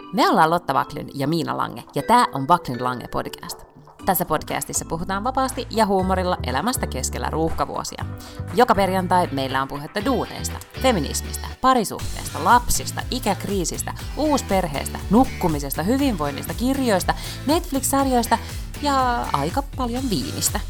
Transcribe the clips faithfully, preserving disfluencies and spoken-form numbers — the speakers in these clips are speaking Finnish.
Me ollaan Lotta Backlund ja Miina Lange, ja tää on Backlund Lange podcast. Tässä podcastissa puhutaan vapaasti ja huumorilla elämästä keskellä ruuhkavuosia. Joka perjantai meillä on puhetta duuneista, feminismistä, parisuhteesta, lapsista, ikäkriisistä, uusperheestä, nukkumisesta, hyvinvoinnista, kirjoista, Netflix-sarjoista ja aika paljon viinistä.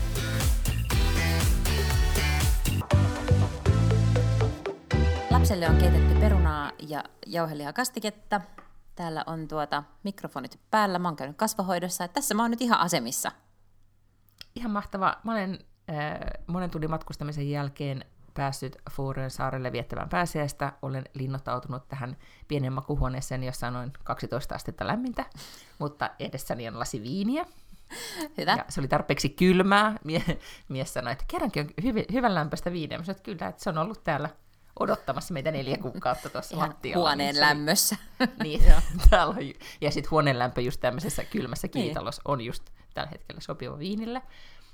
Lapselle on keitetty perunaa ja jauhelihakastiketta. Täällä on tuota mikrofonit päällä. Mä oon käynyt kasvahoidossa. Tässä mä oon nyt ihan asemissa. Ihan mahtava. Mä olen äh, monen tunnin matkustamisen jälkeen päässyt Fårön saarelle viettämään pääsiäistä. Olen linnoittautunut tähän pienen makuhuoneeseen, jossa on noin kaksitoista astetta lämmintä, mutta edessäni on lasi viiniä. Hyvä. Ja se oli tarpeeksi kylmää. Mie- mies sanoi, että kerrankin on hyvin, hyvän lämpöistä viiniä. Mä sanoin, että kyllä, että se on ollut täällä odottamassa meitä neljä kuukautta tuossa lattialla. Huoneen niin lämmössä. Niin, täällä on, ja sitten huoneen lämpö just tämmöisessä kylmässä kiitalossa on just tällä hetkellä sopiva viinille.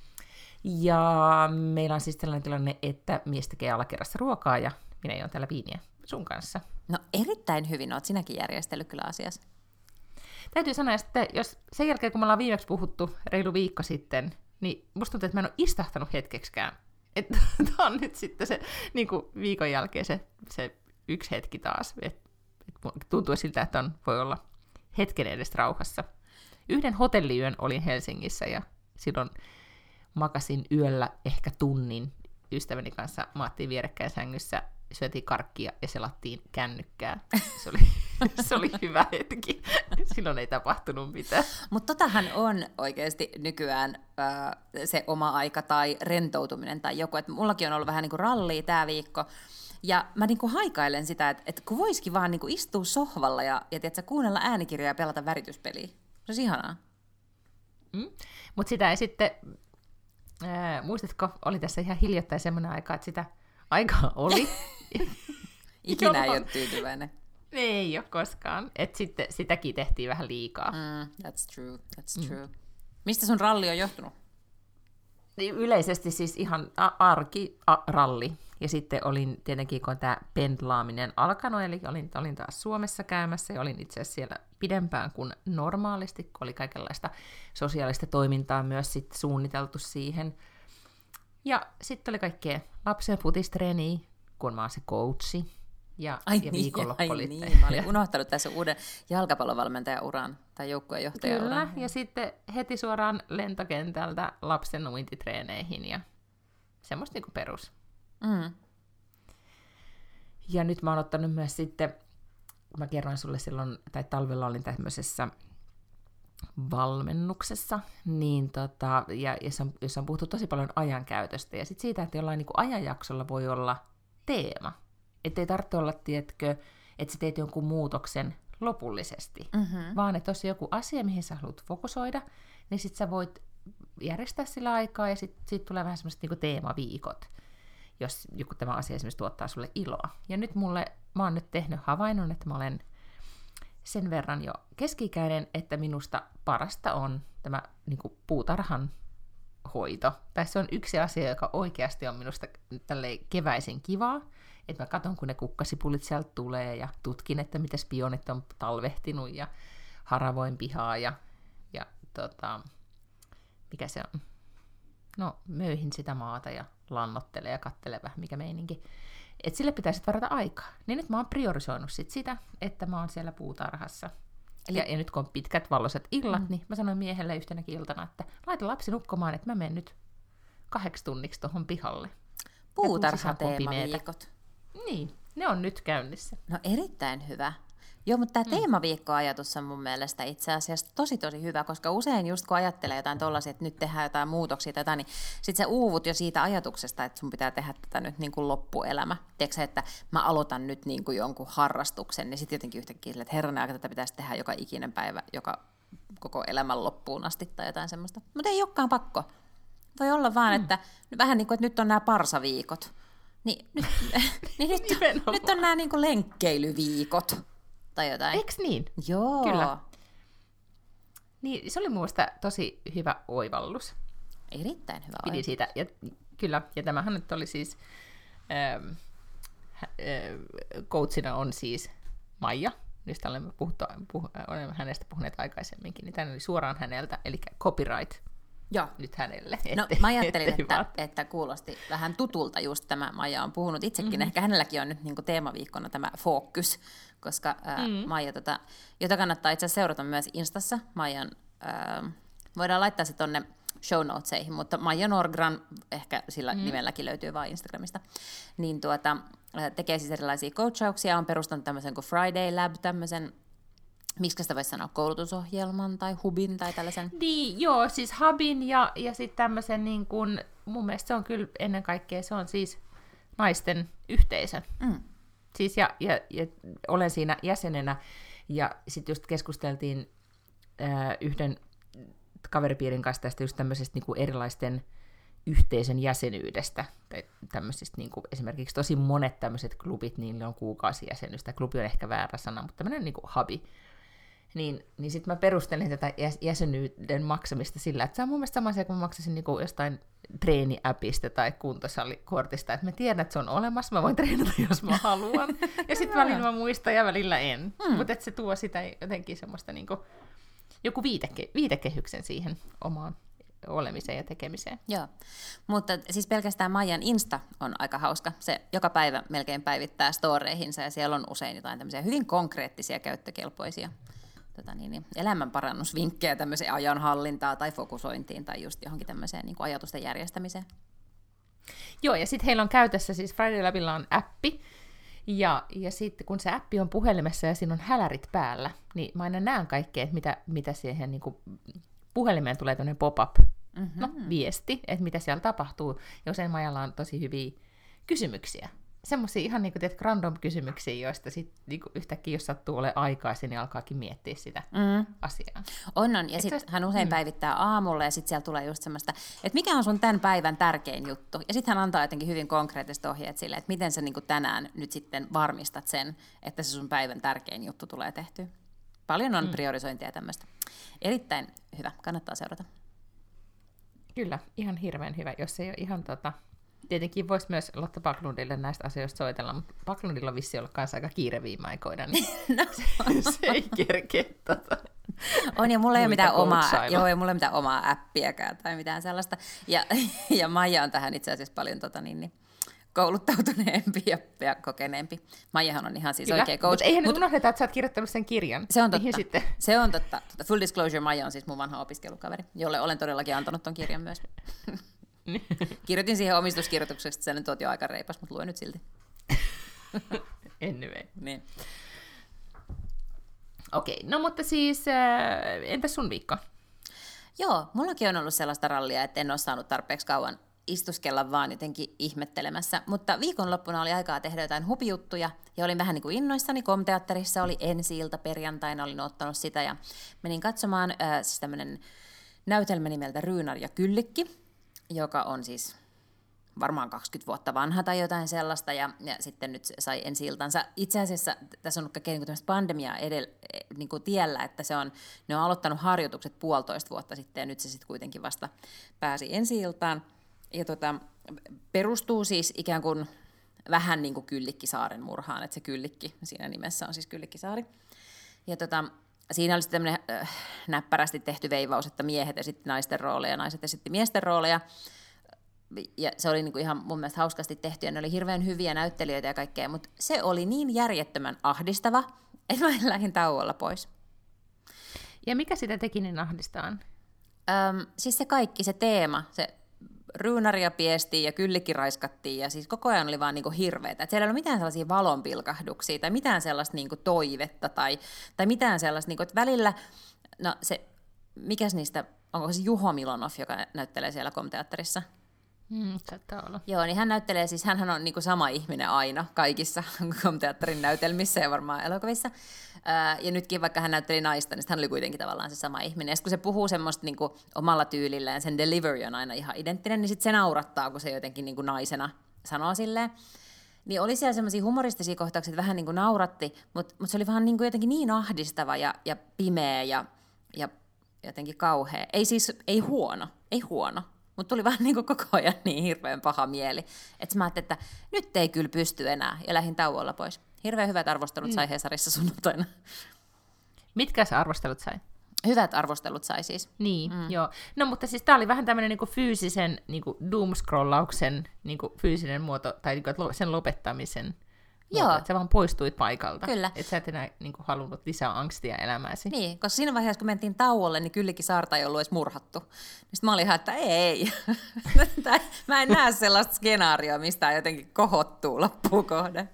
Ja meillä on siis tällainen tilanne, että mies tekee alakerrassa ruokaa ja minä joon täällä viiniä sun kanssa. No erittäin hyvin oot sinäkin järjestellyt kyllä asiassa. Täytyy sanoa, että jos sen jälkeen kun me ollaan viimeksi puhuttu reilu viikko sitten, niin musta tuntuu, että mä en ole istahtanut hetkeksikään. Tämä on nyt sitten se niin kuin viikon jälkeen se, se yksi hetki taas. Et, et tuntuu siltä, että on, voi olla hetken edes rauhassa. Yhden hotelliyön olin Helsingissä ja silloin makasin yöllä ehkä tunnin ystäväni kanssa. Maattiin vierekkäin sängyssä, syötiin karkkia ja selattiin kännykkää. Se oli, se oli hyvä hetki. Silloin ei tapahtunut mitään. Mutta totahan on oikeasti nykyään äh, se oma aika tai rentoutuminen tai joku. Et mullakin on ollut vähän niin kuin rallia tämä viikko. Ja mä niin kuin haikailen sitä, että et kun voisikin vaan niin kuin istua sohvalla ja, ja tiedätkö, kuunnella äänikirjoja ja pelata värityspeliä. Se olisi ihanaa. Mm. Mutta sitä ei sitten, äh, muistatko, oli tässä ihan hiljattain semmoinen aika, että sitä aikaa oli. Ikinä ei ole tyytyväinen. Ei ole koskaan. Et sitten sitäkin tehtiin vähän liikaa. Mm, that's true, that's true. Mm. Mistä sun ralli on johtunut? Yleisesti siis ihan arki-ralli. Ja sitten olin tietenkin, kun tämä pendlaaminen alkanut, eli olin, olin taas Suomessa käymässä, ja olin itse asiassa siellä pidempään kuin normaalisti, kun oli kaikenlaista sosiaalista toimintaa myös sit suunniteltu siihen. Ja sitten oli kaikkea lapsen futistreeniä, kun mä oon se coachi. Ja, ai ja niin, ai oli... niin, mä olin unohtanut tässä uuden jalkapallovalmentajan uran tai joukkueenjohtajan uran. Kyllä, ja sitten heti suoraan lentokentältä lapsen uintitreeneihin ja semmoista niinku perus. Mm. Ja nyt mä oon ottanut myös sitten, mä kerroin sulle silloin, tai talvella olin tämmöisessä valmennuksessa, niin tota, ja jossa on, jossa on puhuttu tosi paljon ajankäytöstä, ja sitten siitä, että jollain niin kuin ajanjaksolla voi olla teema. Että ei tarvitse olla, tiedätkö, että sä teet jonkun muutoksen lopullisesti, mm-hmm. vaan että jos on joku asia, mihin sä haluat fokusoida, niin sit sä voit järjestää sillä aikaa, ja sitten sit tulee vähän semmoiset niinku teemaviikot, jos joku tämä asia esimerkiksi tuottaa sulle iloa. Ja nyt mulle, mä oon nyt tehnyt havainnon, että mä olen sen verran jo keski-ikäinen, että minusta parasta on tämä niinku puutarhan hoito. Tai se on yksi asia, joka oikeasti on minusta tälleen keväisin kivaa, että mä katson, kun ne kukkasipulit sieltä tulee ja tutkin, että miten spionit on talvehtinut ja haravoin pihaa ja, ja tota, mikä se on? No, möyhin sitä maata ja lannottele ja kattele vähän, mikä meininki. Että sille pitäisi varata aikaa. Niin nyt mä oon priorisoinut sit sitä, että mä oon siellä puutarhassa. Eli... Ja, ja nyt kun on pitkät valoiset illat, mm. niin mä sanoin miehelle yhtenäkin iltana, että laita lapsi nukkumaan, että mä menen nyt kahdeksi tunniksi tuohon pihalle. Puutarhateemaviikot. Niin, ne on nyt käynnissä. No erittäin hyvä. Joo, mutta tämä mm. teemaviikkoajatus on mun mielestä itse asiassa tosi tosi hyvä, koska usein just kun ajattelee jotain tollaisia, että nyt tehdään jotain muutoksia tai jotain, niin sit sä uuvut jo siitä ajatuksesta, että sun pitää tehdä tätä nyt niin kuin loppuelämä. Tiedätkö että mä aloitan nyt niin kuin jonkun harrastuksen, niin sitten jotenkin yhtäkkiä sille, että herranen aika tätä pitäisi tehdä joka ikinen päivä, joka koko elämän loppuun asti tai jotain semmoista. Mutta ei olekaan pakko. Voi olla vaan, mm. että vähän niin kuin, että nyt on nämä parsaviikot. Niin, nyt, niin nyt, nyt on nämä niin kuin lenkkeilyviikot. Tai jotain. Eiks niin? Joo. Kyllä. Niin, se oli mun mielestä tosi hyvä oivallus. Erittäin hyvä Pidin oivallus. siitä. Ja, kyllä, ja tämähän nyt oli siis, ähm, äh, coachina on siis Maija, niistä olemme, puhuttu, puh, olemme hänestä puhuneet aikaisemminkin, niin tämä oli suoraan häneltä, eli copyright. Joo. Nyt hänelle. No ette, mä ajattelin, että, että kuulosti vähän tutulta just tämä, Maija on puhunut itsekin, mm-hmm. ehkä hänelläkin on nyt niin kuin teemaviikkona tämä Focus, koska ää, mm-hmm. Maija, tota, jota kannattaa itse asiassa seurata myös Instassa, Maijan, ää, voidaan laittaa se tonne show notesihin, mutta Maija Norgran, ehkä sillä mm-hmm. nimelläkin löytyy vain Instagramista, niin tuota, tekee siis erilaisia coachauksia, on perustanut tämmöisen kuin Friday Lab, tämmöisen, miksi sitä voisi sanoa, koulutusohjelman tai hubin tai tällaisen? Niin, joo, siis hubin ja, ja sitten tämmöisen, niin kun, mun mielestä se on kyllä ennen kaikkea, se on siis naisten yhteisö. Mm. Siis ja, ja, ja olen siinä jäsenenä, ja sitten just keskusteltiin äh, yhden kaveripiirin kanssa tästä just tämmöisestä niin kuin erilaisten yhteisön jäsenyydestä, tai tämmöisistä niin kuin esimerkiksi tosi monet tämmöiset klubit, niillä on kuukausijäsenystä, klubi on ehkä väärä sana, mutta tämmöinen niin kuin hubi. Niin, niin sitten mä perustelin tätä jäsenyyden maksamista sillä, että se on mun mielestä sama asia, kun mä maksasin niinku jostain treeniäpistä tai kuntosalikortista, että mä tiedän, että se on olemassa, mä voin treenata, jos mä haluan. Ja sitten välillä mä muistan ja välillä en. Mm. Mutta se tuo sitä jotenkin semmoista niinku, joku viiteke, viitekehyksen siihen omaan olemiseen ja tekemiseen. Joo, mutta siis pelkästään Maijan Insta on aika hauska. Se joka päivä melkein päivittää storeihinsa ja siellä on usein jotain tämmöisiä hyvin konkreettisia käyttökelpoisia tota niin, niin, elämänparannusvinkkejä tämmöiseen ajanhallintaa tai fokusointiin tai just johonkin tämmöiseen niin kuin ajatusten järjestämiseen. Joo, ja sitten heillä on käytössä, siis Friday Labilla on appi, ja, ja sitten kun se appi on puhelimessa ja siinä on hälärit päällä, niin mä aina näen kaikkea, että mitä, mitä siihen niin kuin puhelimeen tulee tämmöinen pop-up, mm-hmm. no, viesti, että mitä siellä tapahtuu, ja usein Maijalla on tosi hyviä kysymyksiä. Semmoisia ihan niin kuin, random kysymyksiä, joista sit, niin kuin yhtäkkiä, jos sattuu olemaan aikaisin, niin alkaakin miettiä sitä mm. asiaa. On, on. Ja sitten hän usein mm. päivittää aamulla, ja sitten siellä tulee just semmoista, että mikä on sun tämän päivän tärkein juttu. Ja sitten hän antaa jotenkin hyvin konkreettiset ohjeet sille, että miten sä niin kuin tänään nyt sitten varmistat sen, että se sun päivän tärkein juttu tulee tehtyä. Paljon on mm. priorisointia tämmöistä. Erittäin hyvä, kannattaa seurata. Kyllä, ihan hirveän hyvä, jos ei ole ihan tota... Tietenkin voisi myös Lotta Backlundille näistä asioista soitella, mutta Backlundilla on vissi ollut kanssa aika kiire viime aikoina, niin no. se, se ei kerkeä tota. On, ja mulla ei ole mitään omaa, joo, ei mulla ei mitään omaa appiäkään tai mitään sellaista. Ja, ja Maija on tähän itse asiassa paljon tota, niin, niin, kouluttautuneempi ja, ja kokeneempi. Maijahan on ihan siis Kyllä, oikea coach. Mutta eihän nyt unohdeta, että sä oot kirjoittanut sen kirjan. Se on totta. Sitten? Se on totta. Full disclosure, Maija on siis mun vanha opiskelukaveri, jolle olen todellakin antanut ton kirjan myös. Kirjoitin siihen omistuskirjoituksesta, että sä nyt oot jo aika reipas, mutta luen nyt silti. Anyway. Niin. Okei, okay, no mutta siis, äh, entäs sun viikko? Joo, mullakin on ollut sellaista rallia, että en ole saanut tarpeeksi kauan istuskella vaan jotenkin ihmettelemässä, mutta viikonloppuna oli aikaa tehdä jotain hupijuttuja, ja olin vähän niin kuin innoissani. Komteatterissa oli ensi-ilta perjantaina, olin ottanut sitä, ja menin katsomaan äh, siis tämmöinen näytelmä nimeltä Ryynar ja Kyllikki, joka on siis varmaan kaksikymmentä vuotta vanha tai jotain sellaista, ja, ja sitten nyt sai ensi-iltansa. Itse asiassa tässä on ollut kaikkea niin tämmöistä pandemiaa edellä, niin kuin tiellä, että se on, ne on aloittanut harjoitukset puolitoista vuotta sitten, ja nyt se sitten kuitenkin vasta pääsi ensi-iltaan. Ja tota, perustuu siis ikään kuin vähän niin kuin Kyllikkisaaren murhaan, että se Kyllikki siinä nimessä on siis Kyllikkisaari. Ja tota, siinä oli sitten tämmöinen äh, näppärästi tehty veivaus, että miehet esitti naisten rooleja, naiset esitti miesten rooleja. Ja se oli niinku ihan mun mielestä hauskasti tehty, ja ne oli hirveän hyviä näyttelijöitä ja kaikkea, mutta se oli niin järjettömän ahdistava, että mä lähdin tauolla pois. Ja mikä sitä teki niin ahdistaan? Öm, siis se kaikki, se teema, se Ryynaria piestiin ja Kyllikki raiskattiin, ja siis koko ajan oli vaan niinku hirveetä. Et siellä ei ollut mitään sellaisia valonpilkahduksia tai mitään sellaista niinku toivetta tai, tai mitään sellaista, niinku, että välillä, no se, mikäs niistä, onko se Juho Milonov, joka näyttelee siellä Komteatterissa? Mm, saattaa olla. Joo, niin hän näyttelee, siis hänhän on niinku sama ihminen aina kaikissa Komteatterin näytelmissä ja varmaan elokuvissa. Ää, ja nytkin vaikka hän näytteli naista, niin hän oli kuitenkin tavallaan se sama ihminen. Ja kun se puhuu semmoista niinku omalla tyylillään, sen delivery on aina ihan identtinen, niin sitten se naurattaa, kun se jotenkin niinku naisena sanoo silleen. Niin oli siellä semmoisia humoristisia kohtauksia, että vähän niinku nauratti, mutta mut se oli vaan niinku jotenkin niin ahdistava ja, ja pimeä ja, ja jotenkin kauhea. Ei siis, ei huono, ei huono. Mutta tuli vaan niin koko ajan niin hirveän paha mieli, että mä ajattelin, että nyt ei kyllä pysty enää, ja lähdin tauolla pois. Hirveän hyvät arvostelut sai Hesarissa sunnuntaina. Mitkä sä arvostelut sai? Hyvät arvostelut sai siis. Niin, mm. joo. No mutta siis tää oli vähän tämmönen niinku fyysisen niinku doomscrollauksen niinku fyysinen muoto, tai niinku sen lopettamisen joo. muoto, että sä vaan poistuit paikalta. Kyllä. Että sä et enää niinku halunnut lisää angstia elämääsi. Niin, koska siinä vaiheessa, kun mentiin tauolle, niin Kyllikki Saarta ei ollut edes murhattu. Sitten mä olin ihan, että ei. Mä en näe sellaista skenaarioa, mistä jotenkin kohottuu loppuun kohde.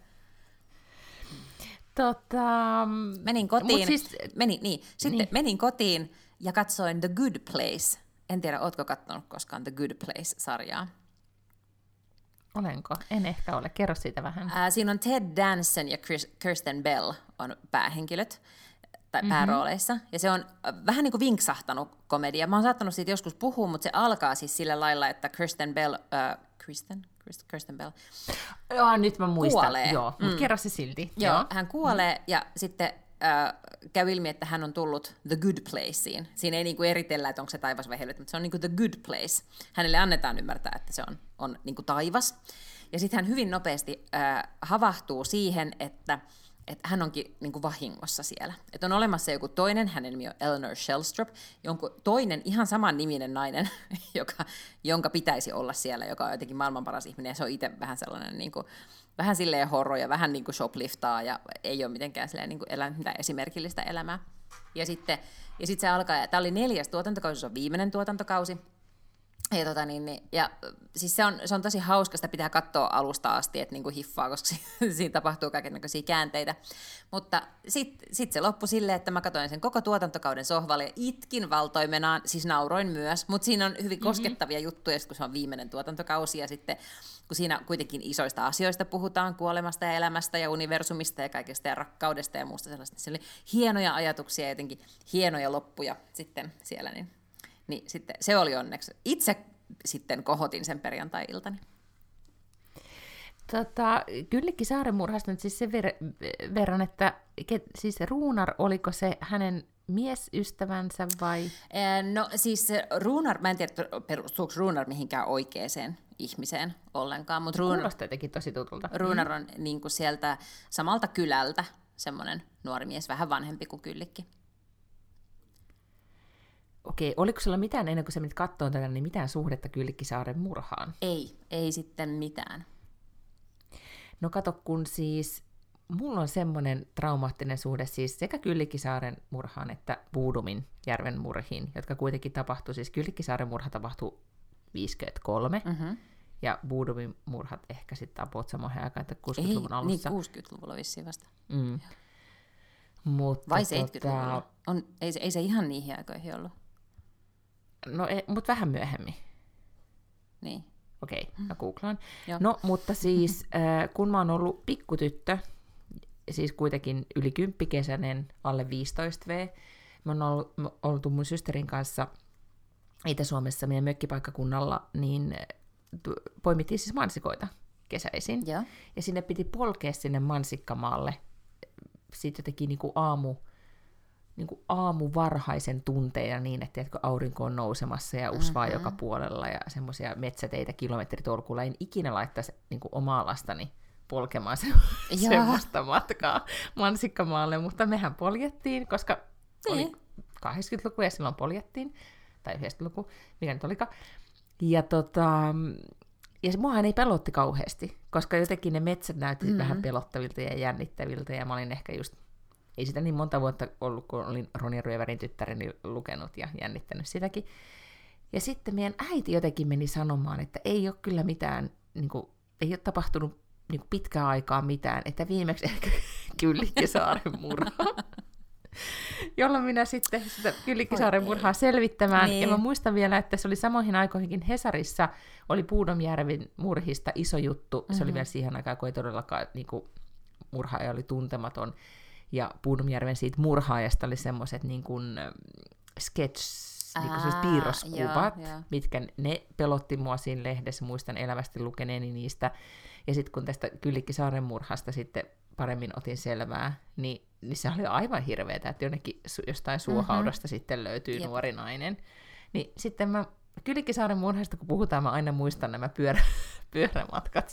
Tota, menin kotiin, siis, menin, niin, sitten niin. menin kotiin ja katsoin The Good Place. En tiedä, ootko katsonut koskaan The Good Place-sarjaa? Olenko? En ehkä ole. Kerro siitä vähän. Ää, siinä on Ted Danson ja Kirsten Bell on päähenkilöt tai mm-hmm. päärooleissa. Ja se on vähän niin kuin vinksahtanut komedia. Mä oon saattanut siitä joskus puhua, mutta se alkaa siis sillä lailla, että Kirsten Bell... Äh, Kristen? Kirsten Bell. Joo, nyt mä muistan. Kuolee. Joo, mutta mm. kerro se silti. Joo, Joo. hän kuolee mm. ja sitten äh, käy ilmi, että hän on tullut The Good Placeen. Siinä ei niinku eritellä, että onko se taivas vai helvetti, mutta se on niinku The Good Place. Hänelle annetaan ymmärtää, että se on, on niinku taivas. Ja sitten hän hyvin nopeasti äh, havahtuu siihen, että että hän onkin niin kuin vahingossa siellä. Että on olemassa joku toinen, hänen nimi on Eleanor Shellstrop, jonkun toinen ihan saman niminen nainen, joka, jonka pitäisi olla siellä, joka on jotenkin maailman paras ihminen, ja se on itse vähän sellainen, niin kuin, vähän silleen horro ja vähän niin kuin shopliftaa, ja ei ole mitenkään silleen, niin kuin elä, mitään esimerkillistä elämää. Ja sitten, ja sitten se alkaa, ja tämä oli neljäs tuotantokausi, se on viimeinen tuotantokausi, Ja, tota, niin, niin, ja siis se on, se on tosi hauska, sitä pitää katsoa alusta asti, että niinku hiffaa, koska siinä tapahtuu kaikennäköisiä käänteitä. Mutta sitten sit se loppui silleen, että mä katsoin sen koko tuotantokauden sohvalle ja itkin valtoimenaan, siis nauroin myös, mutta siinä on hyvin koskettavia mm-hmm. juttuja, kun se on viimeinen tuotantokausi ja sitten kun siinä kuitenkin isoista asioista puhutaan, kuolemasta ja elämästä ja universumista ja kaikesta ja rakkaudesta ja muusta sellaista. Siellä oli hienoja ajatuksia ja jotenkin hienoja loppuja sitten siellä, niin Niin sitten se oli onneksi. Itse sitten kohotin sen perjantai-iltani. Tota, Kyllikki Saaren murhasta nyt siis sen ver- verran, että ke, siis Ruunar, oliko se hänen miesystävänsä vai? No siis Ruunar, mä en tiedä, perustuuko Ruunar mihinkään oikeaan ihmiseen ollenkaan. Mutta Ruunar, kuulostaa jotenkin tosi tutulta. Ruunar on niin kuin sieltä samalta kylältä semmoinen nuori mies, vähän vanhempi kuin Kyllikki. Okei, oliko sulla mitään, ennen kuin sä menit katsomaan tätä, niin mitään suhdetta Kyllikki Saaren murhaan? Ei, ei sitten mitään. No kato, kun siis mulla on semmoinen traumaattinen suhde siis sekä Kyllikki Saaren murhaan että Buudumin järven murhiin, jotka kuitenkin tapahtui, siis Kyllikki Saaren murha tapahtui viisikymmentäkolme, mm-hmm. ja Buudumin murhat ehkä sitten about samoihin aikaan, että kuusikymmentäluvun ei, alussa. Niin, kuusikymmentäluvulla vissiin vasta. Mm. Mutta vai seitsemänkymmentäluvulla? Tota... On, ei, ei se ihan niihin aikoihin ollut. No, mutta vähän myöhemmin. Niin. Okei, okay, mä googlaan. Joo. No, mutta siis äh, kun mä oon ollut pikkutyttö, siis kuitenkin yli kymppikesäinen, alle viisitoista vuotta, mä oon ollut, mä oltu mun systerin kanssa Itä-Suomessa meidän mökkipaikkakunnalla, niin poimittiin siis mansikoita kesäisin. Joo. Ja sinne piti polkea sinne mansikkamaalle. Sitten jotenkin niin kuin aamu, niin kuin aamuvarhaisen tunteina niin, että tiedätkö, aurinko on nousemassa ja usvaa mm-hmm. joka puolella ja semmoisia metsäteitä kilometritolkulla. En ikinä laittaisi niin kuin omaa lastani polkemaan se, semmoista matkaa mansikkamaalle, mutta mehän poljettiin, koska niin. Oli kahdeksankymmentäluku ja silloin poljettiin, tai yhdeksänkymmentäluku, mikä nyt olikaan. Ja tota... Ja se muahan ei pelotti kauheasti, koska jotenkin ne metsät näytti mm-hmm. vähän pelottavilta ja jännittäviltä, ja mä olin ehkä just, ei sitä niin monta vuotta ollut, kun olin Ronja Ryövärin tyttäreni lukenut ja jännittänyt sitäkin. Ja sitten meidän äiti jotenkin meni sanomaan, että ei ole kyllä mitään, niin kuin, ei ole tapahtunut niin kuin pitkään aikaa mitään, että viimeksi ehkä Kyllikki Saaren murha. Jolloin minä sitten sitä Kyllikki Saaren murhaa selvittämään. Niin. Ja mä muistan vielä, että se oli samoihin aikoihinkin Hesarissa, oli Puudomjärven murhista iso juttu. Mm-hmm. Se oli vielä siihen aikaan, kun ei todellakaan niin kuin, murhaaja oli tuntematon. Ja Puudomjärven siitä murhaajasta oli semmoiset niin kuin sketch, niin kuin sellaiset piirroskuvat, joo, joo. mitkä ne pelotti mua siinä lehdessä. Muistan elävästi lukeneeni niistä. Ja sitten kun tästä Kyllikki Saaren murhasta sitten paremmin otin selvää, niin, niin se oli aivan hirveetä, että jonnekin jostain suohaudasta mm-hmm. sitten löytyy Jep. nuori nainen. Niin sitten mä Kyllikki Saaren murhasta, kun puhutaan, mä aina muistan nämä pyörä, pyörämatkat sinne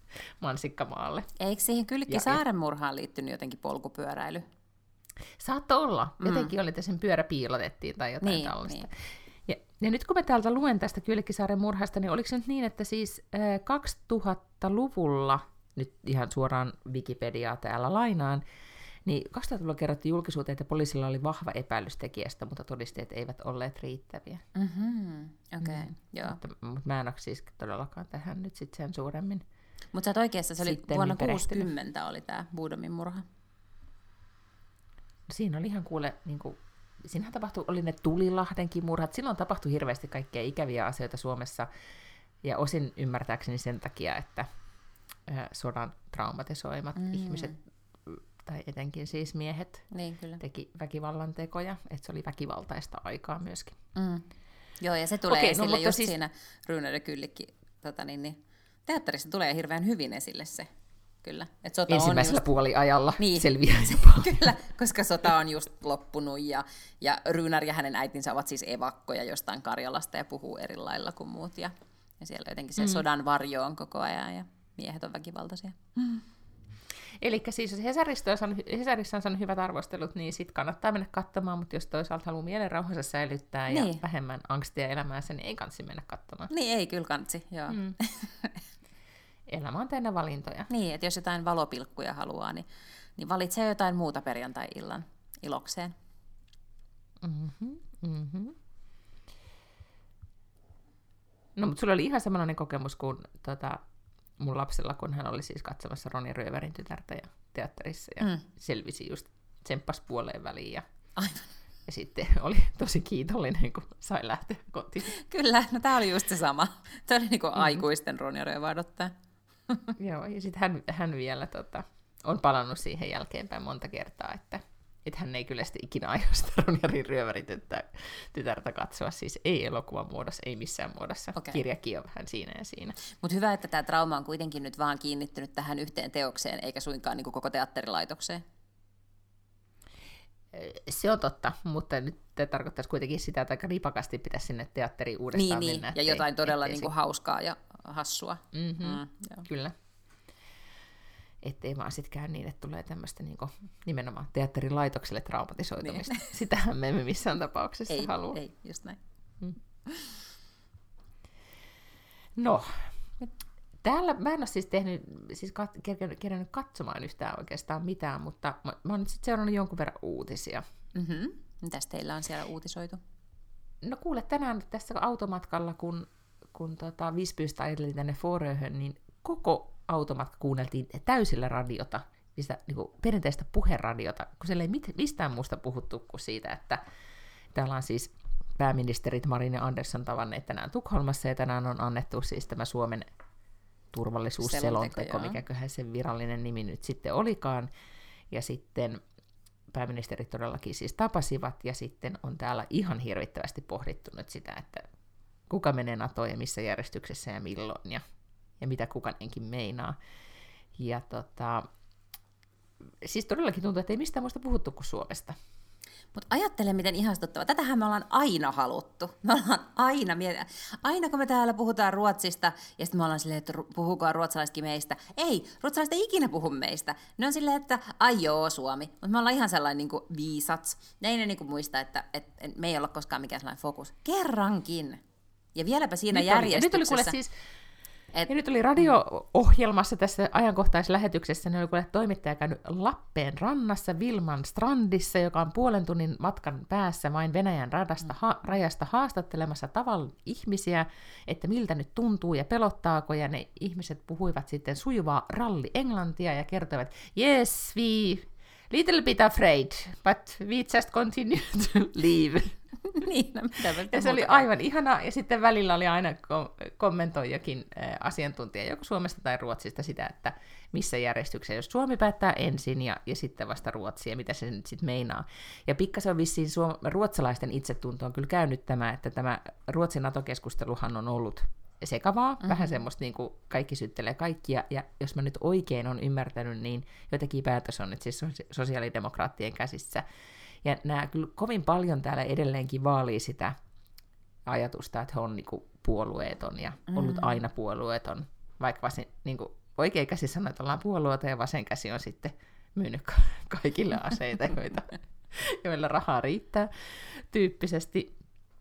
Mansikkamaalle. Eikö siihen Kyllikkisaaren murhaan liittynyt jotenkin polkupyöräily? Saattoi olla. Jotenkin mm. oli, että sen pyörä piilotettiin tai jotain niin, tällaista. Niin. Ja, ja nyt kun mä täältä luen tästä Kyllikkisaaren murhasta, niin oliko se nyt niin, että siis äh, kaksituhattaluvulla, nyt ihan suoraan Wikipediaa täällä lainaan, niin kaksituhattaluvulla kerrottiin julkisuuteen, että poliisilla oli vahva epäilys tekijästä, mutta todisteet eivät olleet riittäviä. Mm-hmm. Okei, okay. mm. joo. Mutta, mutta mä en ole siis todellakaan tähän nyt sit sen suuremmin. Mutta sä oot oikeassa, se oli sitten vuonna kuusikymmentä oli tämä Budomin murha. Siinä oli ihan kuule, niin kuin, siinähän tapahtui, oli ne Tulilahdenkin murhat, silloin tapahtui hirveästi kaikkea ikäviä asioita Suomessa, ja osin ymmärtääkseni sen takia, että äh, sodan traumatisoimat mm. ihmiset, tai etenkin siis miehet, niin, kyllä. teki väkivallan tekoja, että se oli väkivaltaista aikaa myöskin. Mm. Joo, ja se tulee okay, esille no, just siis siinä Runeberg Kyllikki, tota niin, niin, teatterissa tulee hirveän hyvin esille se. Kyllä. Et sota ensimmäisellä on just puoliajalla niin, selviää jopa. Kyllä, koska sota on just loppunut ja, ja Runar ja hänen äitinsä ovat siis evakkoja jostain Karjalasta ja puhuu eri lailla kuin muut. Ja, ja siellä jotenkin se mm. sodan varjo on koko ajan ja miehet on väkivaltaisia. Mm. Eli siis jos Hesarissa on, saanut, Hesarissa on saanut hyvät arvostelut, niin sitten kannattaa mennä katsomaan, mutta jos toisaalta haluaa mielen rauhansa säilyttää niin. ja vähemmän angstia elämäänsä, niin ei kansi mennä katsomaan. Niin, ei kyllä kansi, joo. Mm. Elämä on täynnä valintoja. Niin, että jos jotain valopilkkuja haluaa, niin, niin valitsee jotain muuta perjantai-illan ilokseen. Mm-hmm, mm-hmm. No, mutta sulla oli ihan samanlainen kokemus kuin tota, mun lapsella, kun hän oli siis katsomassa Ronja Röövärin tytärtä ja teatterissa ja mm. selvisi just tsemppas puoleen väliin ja, ja sitten oli tosi kiitollinen, kun sai lähteä kotiin. Kyllä, no tää oli just se sama. Tämä oli niinku mm-hmm. aikuisten Ronja Röövär ottaja. Joo, ja sitten hän, hän vielä tota, on palannut siihen jälkeenpäin monta kertaa, että, että hän ei kyllä sitten ikinä aio sitä Ronja Röövärin tytärtä katsoa, siis ei elokuvan muodossa, ei missään muodossa. Okay. Kirjakin on vähän siinä ja siinä. Mutta hyvä, että tämä trauma on kuitenkin nyt vaan kiinnittynyt tähän yhteen teokseen, eikä suinkaan niin kuin koko teatterilaitokseen. Se on totta, mutta nyt tarkoittaisi kuitenkin sitä, että aika ripakasti pitäisi sinne teatteriin uudestaan niin, mennä. Niin, ja jotain todella niin kuin hauskaa ja hassua. Mm-hmm. Mm, kyllä. Ettei vaan sitten käy niin, että tulee tämmöistä niin kuin, nimenomaan teatterilaitokselle traumatisoitumista. Niin. Sitähän me emme missään tapauksessa ei, halua. Ei, just näin. Mm. No, täällä mä en ole siis tehnyt, siis kat, kerännyt katsomaan yhtään oikeastaan mitään, mutta mä, mä oon nyt sitten seurannut jonkun verran uutisia. Mm-hmm. Mitäs teillä on siellä uutisoitu? No kuule, tänään tässä automatkalla, kun, kun tota Visbystä ajeltiin tänne Fåröhön, niin koko automatka kuunneltiin täysillä radiota, sitä niin kuin perinteistä puheradiota, kun siellä ei mit, mistään muusta puhuttu kuin siitä, että täällä on siis pääministerit Marin ja Andersson tavanneet tänään Tukholmassa, ja tänään on annettu siis tämä Suomen turvallisuusselonteko, mikäköhän sen virallinen nimi nyt sitten olikaan, ja sitten pääministerit todellakin siis tapasivat, ja sitten on täällä ihan hirvittävästi pohdittu nyt sitä, että kuka menee NATOon ja missä järjestyksessä ja milloin, ja, ja mitä kukainenkin meinaa. Ja tota, siis todellakin tuntuu, että ei mistään muusta puhuttu kuin Suomesta. Mutta ajattele, miten ihastuttava. Tätähän me ollaan aina haluttu. Me ollaan aina mietitty. Aina kun me täällä puhutaan Ruotsista, ja sitten me ollaan silleen, että puhukaa ruotsalaisetkin meistä. Ei, ruotsalaiset ei ikinä puhu meistä. Ne on silleen, että ai joo, Suomi. Mutta me ollaan ihan sellainen niin kuin viisats. Ne ei ne niin kuin muista, että, että me ei olla koskaan mikään sellainen fokus. Kerrankin. Ja vieläpä siinä nyt järjestyksessä. Oli, nyt oli kuule siis... Et, ja nyt oli radio-ohjelmassa tässä ajankohtaislähetyksessä, ne oli kuule toimittaja käynyt Lappeen rannassa Vilman strandissa, joka on puolen tunnin matkan päässä vain Venäjän radasta, ha, rajasta haastattelemassa tavallaan ihmisiä, että miltä nyt tuntuu ja pelottaako, ja ne ihmiset puhuivat sitten sujuvaa ralli-englantia ja kertoivat, yes, we little bit afraid, but we just continue to live. Niin, no, ja se oli aivan ihanaa, ja sitten välillä oli aina kom- kommentoi jokin ä, asiantuntija, joko Suomesta tai Ruotsista sitä, että missä järjestyksessä, jos Suomi päättää ensin ja, ja sitten vasta Ruotsi, ja mitä se nyt sitten meinaa. Ja pikkasen on vissiin suom- ruotsalaisten itsetuntoon kyllä käynyt tämä, että tämä Ruotsin NATO-keskusteluhan on ollut sekavaa, mm-hmm. vähän semmoista niin kuin kaikki syyttelee kaikkia, ja jos mä nyt oikein on ymmärtänyt, niin jotenkin päätös on nyt siis sosiaalidemokraattien käsissä. Ja nämä kyllä kovin paljon täällä edelleenkin vaalii sitä ajatusta, että he on niinku puolueeton ja ollut mm. aina puolueeton, vaikka vasta niinku oikea käsi sanoo, että ollaan puolueita, ja vasen käsi on sitten myynyt kaikille aseita, joita, joilla rahaa riittää tyyppisesti.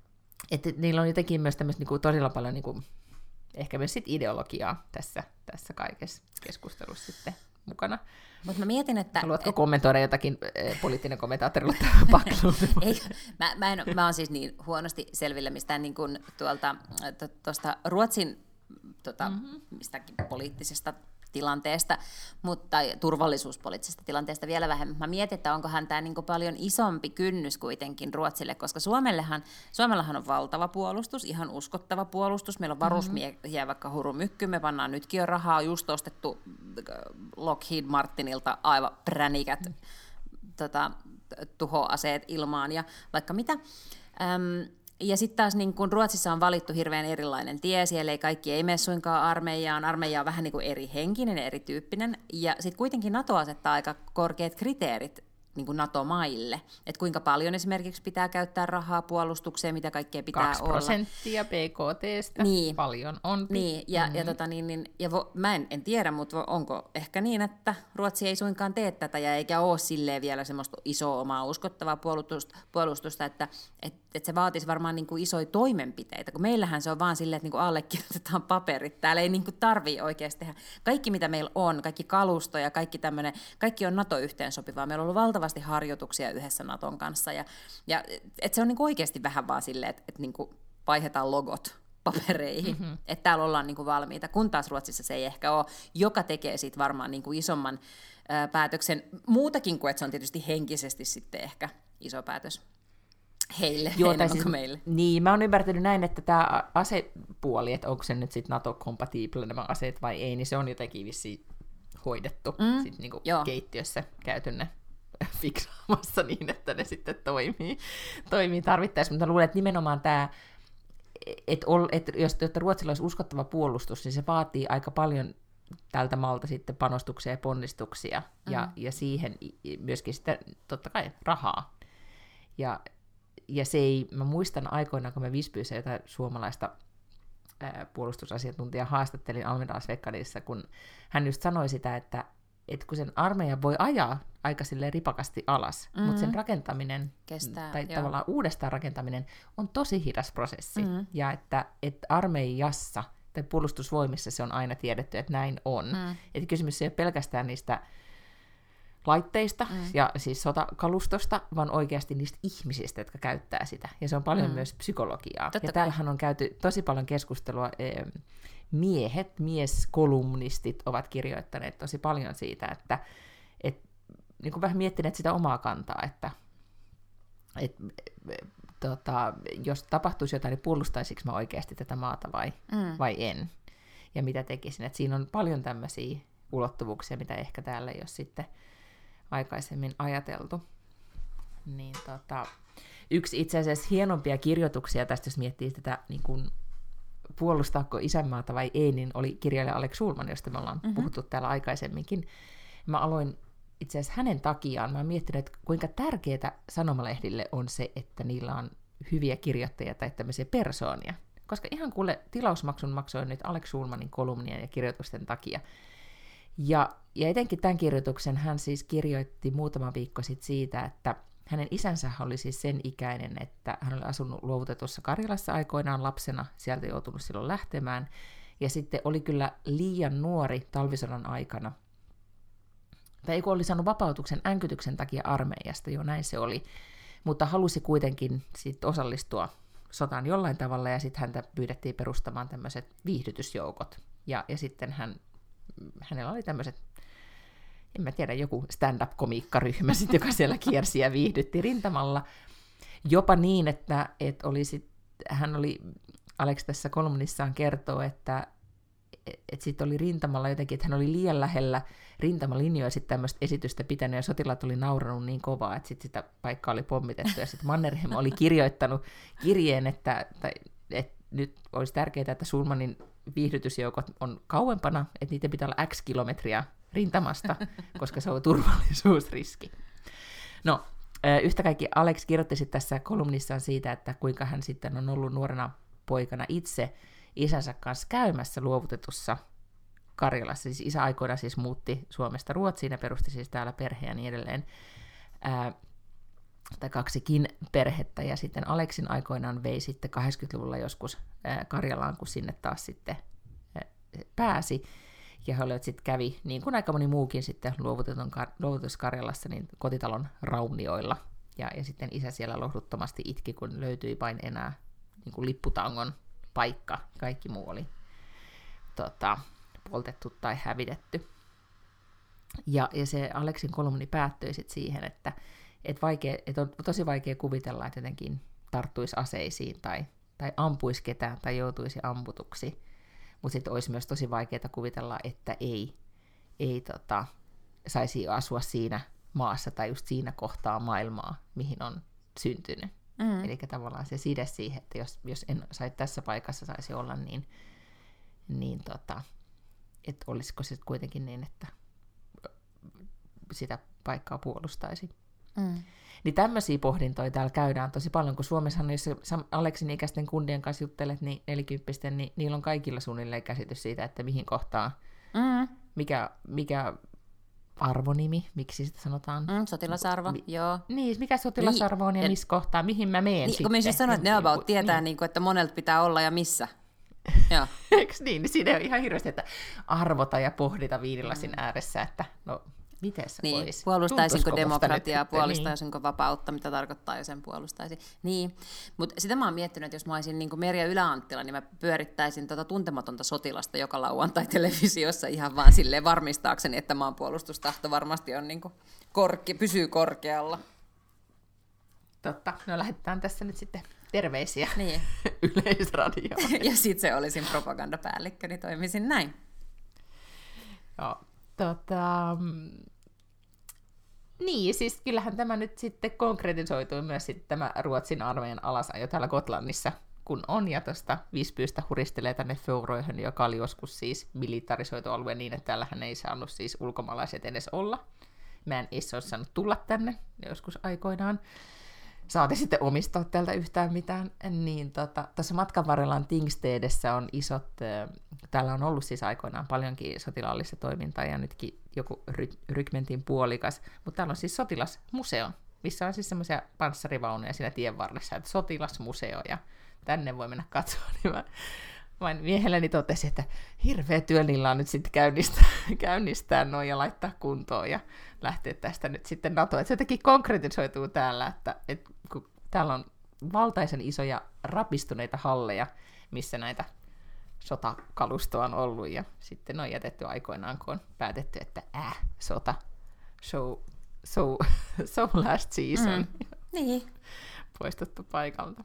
Että niillä on jotenkin myös tämmöistä niin kuin, todella paljon niin kuin, ehkä myös sit ideologiaa tässä, tässä kaikessa keskustelussa sitten mukana. Mut mä mietin, että... Haluatko et... kommentoida jotakin äh, poliittinen kommentaattori pakluun? Ei, mä, mä, en, mä oon siis niin huonosti selvillä mistään niin kuin tuolta tuosta Ruotsin tota, mm-hmm. mistäkin poliittisesta tilanteesta, mutta turvallisuuspoliittisesta tilanteesta vielä vähemmän. Mä mietin, että onkohan tämä niin kuin paljon isompi kynnys kuitenkin Ruotsille, koska Suomellehan, Suomellahan on valtava puolustus, ihan uskottava puolustus. Meillä on varusmiehiä, mm-hmm. vaikka hurumykky, me pannaan nytkin jo rahaa, just ostettu Lockheed Martinilta aivan pränikät mm-hmm. tota, tuhoaseet ilmaan ja vaikka mitä. Öm, Ja sitten taas niin kun Ruotsissa on valittu hirveän erilainen tie, siellä ei kaikki ei mene suinkaan armeijaan, armeija on vähän niin kuin eri henkinen ja erityyppinen, ja sitten kuitenkin NATO asettaa aika korkeat kriteerit niin kuin NATO-maille, että kuinka paljon esimerkiksi pitää käyttää rahaa puolustukseen, mitä kaikkea pitää Kaksi olla. prosenttia B K T:stä, niin. paljon on. Niin, ja, mm-hmm. ja, tota, niin, niin, ja vo, mä en, en tiedä, mutta onko ehkä niin, että Ruotsi ei suinkaan tee tätä, ja eikä ole silleen vielä semmoista isoa omaa uskottavaa puolustusta, puolustusta että et, et se vaatisi varmaan niin kuin isoja toimenpiteitä, kun meillähän se on vaan silleen, että niin kuin allekirjoitetaan paperit, täällä ei niin kuin tarvitse oikeasti tehdä. Kaikki, mitä meillä on, kaikki kalusto ja kaikki tämmöinen, kaikki on NATO-yhteensopivaa. Meillä on ollut valtavasti harjoituksia yhdessä Naton kanssa, ja, ja et se on niin kuin oikeasti vähän vaan silleen, että et niin kuin vaihdetaan logot papereihin, mm-hmm. että täällä ollaan niin kuin valmiita, kun taas Ruotsissa se ei ehkä ole, joka tekee siitä varmaan niin kuin isomman ää, päätöksen, muutakin kuin, että se on tietysti henkisesti sitten ehkä iso päätös heille, Joo, enemmän siis, kuin meille. Niin, mä oon ymmärtänyt näin, että tämä asepuoli, että onko se nyt sitten NATO-kompatiibile nämä aseet vai ei, niin se on jotenkin vissiin hoidettu mm, sit niinku keittiössä käyty ne fiksaamassa niin, että ne sitten toimii, toimii tarvittaessa, mutta luulen, että nimenomaan tämä, että et, jos jotta Ruotsilla olisi uskottava puolustus, niin se vaatii aika paljon tältä maalta sitten panostuksia ja ponnistuksia, mm. ja, ja siihen myöskin sitten totta kai rahaa. Ja, ja se ei, mä muistan aikoinaan, kun mä Visbyssä jotain suomalaista ää, puolustusasiantuntijaa haastattelin Almedalsveckanissa, kun hän just sanoi sitä, että et kun sen armeijan voi ajaa aika silleen ripakasti alas, mm-hmm. mutta sen rakentaminen, Kestää, tai joo. tavallaan uudestaan rakentaminen, on tosi hidas prosessi. Mm-hmm. Ja että et armeijassa tai puolustusvoimissa se on aina tiedetty, että näin on. Mm. Että kysymys ei ole pelkästään niistä laitteista mm. ja siis sotakalustosta, vaan oikeasti niistä ihmisistä, jotka käyttää sitä. Ja se on paljon mm. myös psykologiaa. Totta ja täällähän on käyty tosi paljon keskustelua. Miehet, mieskolumnistit ovat kirjoittaneet tosi paljon siitä, että et, niin kuin vähän miettineet sitä omaa kantaa, että et, tota, jos tapahtuisi jotain, niin puolustaisinko mä oikeasti tätä maata vai, mm. vai en? Ja mitä tekisin? Et siinä on paljon tämmöisiä ulottuvuuksia, mitä ehkä täällä ei ole sitten aikaisemmin ajateltu. Niin, tota, yksi itse asiassa hienompia kirjoituksia tästä, jos miettii tätä niin kuin puolustaako isänmaata vai ei, niin oli kirjailija Alex Schulman, josta me ollaan mm-hmm. puhuttu täällä aikaisemminkin. Mä aloin itse asiassa hänen takiaan, mä oon miettinyt, että kuinka tärkeää sanomalehdille on se, että niillä on hyviä kirjoittajia tai tämmöisiä persoonia. Koska ihan kuule tilausmaksun maksoin nyt Alex Schulmanin kolumnien ja kirjoitusten takia. Ja, ja etenkin tämän kirjoituksen hän siis kirjoitti muutama viikko sitten siitä, että hänen isänsä oli siis sen ikäinen, että hän oli asunut luovutetussa Karjalassa aikoinaan lapsena, sieltä joutunut silloin lähtemään, ja sitten oli kyllä liian nuori talvisodan aikana, tai kun oli saanut vapautuksen änkytyksen takia armeijasta, jo näin se oli, mutta halusi kuitenkin sit osallistua sotaan jollain tavalla, ja sitten häntä pyydettiin perustamaan tämmöiset viihdytysjoukot, ja, ja sitten hän, hänellä oli tämmöiset, en mä tiedä, joku stand-up-komiikkaryhmä, sit, joka siellä kiersi ja viihdytti rintamalla. Jopa niin, että, että oli sit, hän oli, Alex tässä kolumnissaan kertoo, että, että sitten oli rintamalla jotenkin, että hän oli liian lähellä rintamalinjoja sitten tämmöistä esitystä pitänyt, ja sotilaat oli nauranut niin kovaa, että sitten sitä paikkaa oli pommitettu, ja sitten Mannerheim oli kirjoittanut kirjeen, että, tai, että nyt olisi tärkeää, että Schulmanin viihdytysjoukot on kauempana, että niitä pitää olla X kilometriä rintamasta, koska se on turvallisuusriski. No, yhtä kaikki Alex kirjoitti sitten tässä kolumnissaan siitä, että kuinka hän sitten on ollut nuorena poikana itse isänsä kanssa käymässä luovutetussa Karjalassa. Siis isä aikoina siis muutti Suomesta Ruotsiin ja perusti siis täällä perheen ja niin edelleen. Ää, tai kaksikin perhettä, ja sitten Aleksin aikoinaan vei sitten kahdeksankymmentäluvulla joskus ää, Karjalaan, kun sinne taas sitten ää, pääsi. Ja he olivat sitten kävi, niin kuin aika moni muukin sitten luovutetun, luovutus Karjalassa, niin kotitalon raunioilla. Ja, ja sitten isä siellä lohduttomasti itki, kun löytyi vain enää niin kuin lipputangon paikka. Kaikki muu oli tota, poltettu tai hävitetty. Ja, ja se Aleksin kolumni päättyi sitten siihen, että et vaikea, et on tosi vaikea kuvitella, että jotenkin tarttuisi aseisiin tai, tai ampuisi ketään tai joutuisi amputuksi. Mutta sitten olisi myös tosi vaikeaa kuvitella, että ei, ei tota, saisi asua siinä maassa tai just siinä kohtaa maailmaa, mihin on syntynyt. Mm. Eli tavallaan se side siihen, että jos, jos en sai tässä paikassa saisi olla, niin, niin tota, että olisiko se kuitenkin niin, että sitä paikkaa puolustaisi. Mm. Niin tämmöisiä pohdintoja täällä käydään tosi paljon, kun Suomessahan, jos Aleksin ikäisten kundien kanssa juttelet, niin nelikymppisten, niin niillä on kaikilla suunnilleen käsitys siitä, että mihin kohtaan, mm. mikä, mikä arvonimi, miksi sitä sanotaan? Mm, sotilasarvo, Mi- joo. Niin, mikä sotilasarvo on ja niin, missä kohtaa, mihin mä meen niin, sitten. Kun minä siis sanoin, että ne about tietää, niin. Niin kuin, että monelta pitää olla ja missä. Joo. Eikö niin? Niin siinä on ihan hirveästi, että arvota ja pohdita viinilasin mm. ääressä, että no... Miten se niin, voisi? puolustaisinko demokratiaa, nyt, puolustaisinko niin. vapautta, mitä tarkoittaa, jos en puolustaisi. Niin, mutta sitä mä oon miettinyt, että jos mä olisin niin kuin Merja Ylä-Anttila, niin mä pyörittäisin tota tuntematonta sotilasta joka lauantai televisiossa ihan vaan silleen varmistaakseni, että maanpuolustustahto varmasti on niin kuin korke, pysyy korkealla. Totta, no lähetetään tässä nyt sitten terveisiä niin. Yleisradioon. Ja sit se olisin propagandapäällikkö, niin toimisin näin. Joo. Tota, niin, siis kyllähän tämä nyt sitten konkretisoituu myös sitten tämä Ruotsin armeijan alasajo täällä Gotlannissa, kun on, ja tuosta Visbystä huristelee tänne Feuroihin, joka oli joskus siis militarisoitu alue niin, että täällähän ei saanut siis ulkomaalaiset edes olla. Mä en edes ole saanut tulla tänne joskus aikoinaan. Saati sitten omistaa täältä yhtään mitään, niin tota, tuossa matkan varrellaan Tingstedessä on isot, äh, täällä on ollut siis aikoinaan paljonkin sotilaallista toimintaa ja nytkin joku ry- rykmentin puolikas, mutta täällä on siis sotilasmuseo, missä on siis semmoisia panssarivaunuja siinä tien varressa, että sotilasmuseo ja tänne voi mennä katsoa, niin mä vain miehelleni totesin, että hirveä työ niillä on nyt sitten käynnistää, käynnistää noin ja laittaa kuntoon ja lähteä tästä nyt sitten NATOon. Että se jotenkin konkretisoituu täällä, että, että kun täällä on valtaisen isoja rapistuneita halleja, missä näitä sotakalustoa on ollut ja sitten on jätetty aikoinaan, kun on päätetty, että äh, sota, so, so, so last season. Mm. Niin. Poistettu paikalta.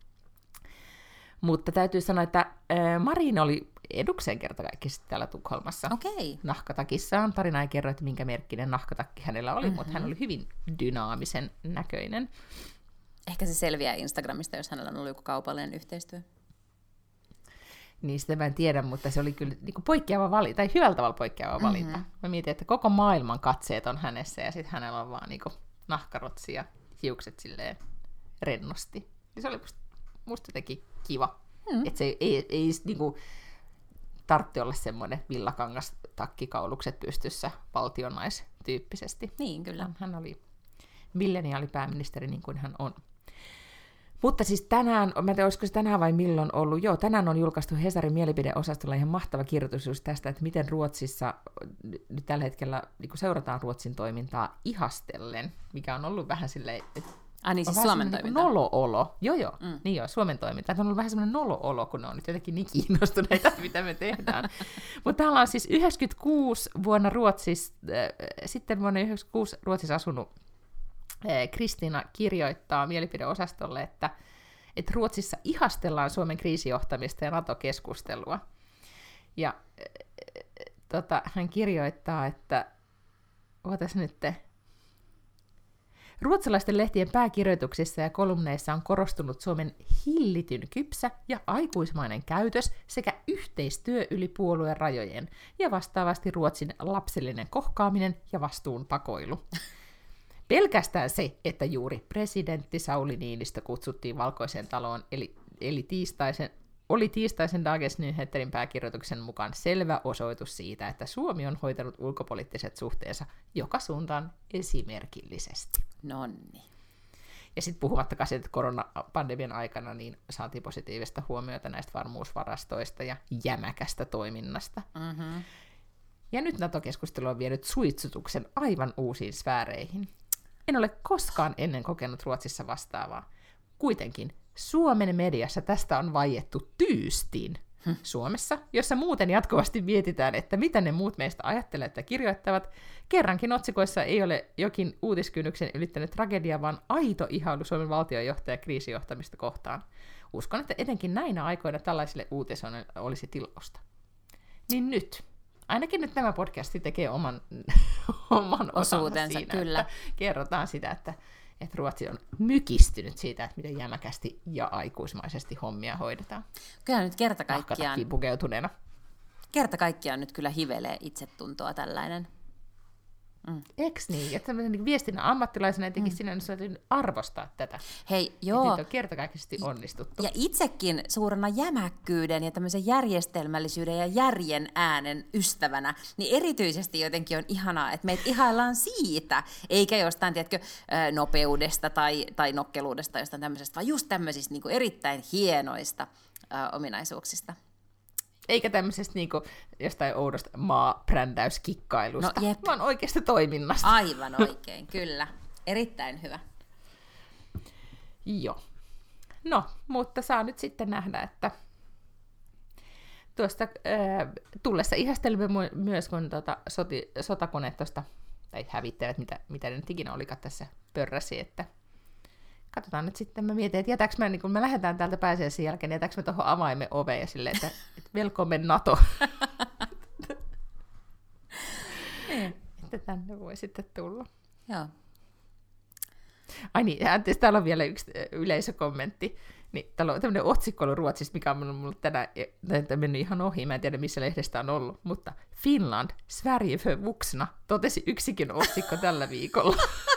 Mutta täytyy sanoa, että Marin oli edukseen kertakaikkisesti täällä Tukholmassa. Okei. Nahkatakissaan. Tarina ei kerro, että minkä merkkinen nahkatakki hänellä oli, mm-hmm. mutta hän oli hyvin dynaamisen näköinen. Ehkä se selviää Instagramista, jos hänellä on ollut joku kaupallinen yhteistyö. Niin sitä mä en tiedä, mutta se oli kyllä niin kuin poikkeava valinta, tai hyvällä tavalla poikkeava mm-hmm. valinta. Mä mietin, että koko maailman katseet on hänessä, ja sitten hänellä on vaan niin kuin nahkarotsi ja hiukset silleen rennosti. Ja se oli musta, musta jotenkin kiva. Mm. Että se ei, ei, ei niinku, tarvitse olla semmoinen villakangas takkikaulukset pystyssä valtionaistyyppisesti. Niin, kyllä. Hän, hän oli milleniaalipääministeri niin kuin hän on. Mutta siis tänään, mä en tiedä, olisiko se tänään vai milloin ollut, joo, tänään on julkaistu Hesarin mielipideosastolla ihan mahtava kirjoitus just tästä, että miten Ruotsissa nyt tällä hetkellä niin seurataan Ruotsin toimintaa ihastellen, mikä on ollut vähän silleen, että Ah niin, siis Suomen toiminta. Niin nolo-olo. Joo, joo. Mm. Niin joo, Suomen toiminta. Että on ollut vähän semmoinen nolo-olo, kun ne on nyt jotenkin niin kiinnostuneita, mitä me tehdään. Mutta täällä on siis yhdeksänkymmentäkuusi vuonna Ruotsissa, äh, sitten vuonna yhdeksänkymmentäkuusi Ruotsissa asunut äh, Kristiina kirjoittaa mielipideosastolle, että, että Ruotsissa ihastellaan Suomen kriisijohtamista ja NATO-keskustelua. Ja äh, tota, hän kirjoittaa, että ootas nyt te... Ruotsalaisten lehtien pääkirjoituksissa ja kolumneissa on korostunut Suomen hillityn kypsä ja aikuismainen käytös sekä yhteistyö yli puolueen rajojen ja vastaavasti Ruotsin lapsellinen kohkaaminen ja vastuun pakoilu. Pelkästään se, että juuri presidentti Sauli Niinistö kutsuttiin Valkoiseen taloon eli, eli tiistaisen oli tiistaisen Dagens Nyheterin pääkirjoituksen mukaan selvä osoitus siitä, että Suomi on hoitanut ulkopoliittiset suhteensa joka suuntaan esimerkillisesti. Nonni. Ja sitten puhumattakaan siitä, että koronapandemian aikana niin saatiin positiivista huomiota näistä varmuusvarastoista ja jämäkästä toiminnasta. Mm-hmm. Ja nyt NATO-keskustelu on vienyt suitsutuksen aivan uusiin sfääreihin. En ole koskaan ennen kokenut Ruotsissa vastaavaa. Kuitenkin Suomen mediassa tästä on vaiettu tyystin. Hm. Suomessa, jossa muuten jatkuvasti mietitään, että mitä ne muut meistä ajattelevat ja kirjoittavat, kerrankin otsikoissa ei ole jokin uutiskynnyksen ylittänyt tragedia, vaan aito ihailu Suomen valtionjohtaja kriisijohtamista kohtaan. Uskon, että etenkin näinä aikoina tällaisille uutisoille olisi tilausta. Niin nyt, ainakin nyt tämä podcasti tekee oman, oman osuutensa siinä, kyllä. Että kerrotaan sitä, että että Ruotsi on mykistynyt siitä, että miten jämäkästi ja aikuismaisesti hommia hoidetaan. Kyllä nyt kerta kaikkiaan, pukeutuneena. kerta kaikkiaan nyt kyllä hivelee itsetuntoa tällainen. Mm. Eks niin? Että niin viestinnän ammattilaisena etenkin mm. sinä nyt arvostaa tätä. Hei, joo. Että on kertakaikkisesti onnistuttu. Ja itsekin suurena jämäkkyyden ja tämmöisen järjestelmällisyyden ja järjen äänen ystävänä, niin erityisesti jotenkin on ihanaa, että meitä ihaillaan siitä, eikä jostain, tiedätkö, nopeudesta tai, tai nokkeluudesta, jostain tämmöisestä, vaan just tämmöisistä niin kuin erittäin hienoista äh, ominaisuuksista. Eikä tämmöisestä niinku jostain oudosta maabrändäyskikkailusta, no, vaan oikeasta toiminnasta. Aivan oikein, kyllä. Erittäin hyvä. Joo. No, mutta saa nyt sitten nähdä, että tuosta äh, tullessa ihastelemme myös, kun tota, soti, sotakoneet tuosta, tai hävittäjät, mitä, mitä ne nyt ikinä olikaan tässä pörräsi, että katsotaan nyt sitten, mä mietin, että jätäks mä, niin kun me lähdetään täältä pääsiäisen jälkeen, niin jätäks mä tuohon avaimen oveen ja silleen, että, että velkomen NATO. Että tänne voi sitten tulla. Joo. Ai niin, anteeksi, täällä on vielä yksi yleisökommentti. Niin, täällä on tämmöinen otsikko ollut Ruotsista, mikä on mulle tänään mennyt ihan ohi, mä en tiedä missä lehdestä on ollut, mutta Finland, Sverige för vuxna, totesi yksikin otsikko tällä viikolla.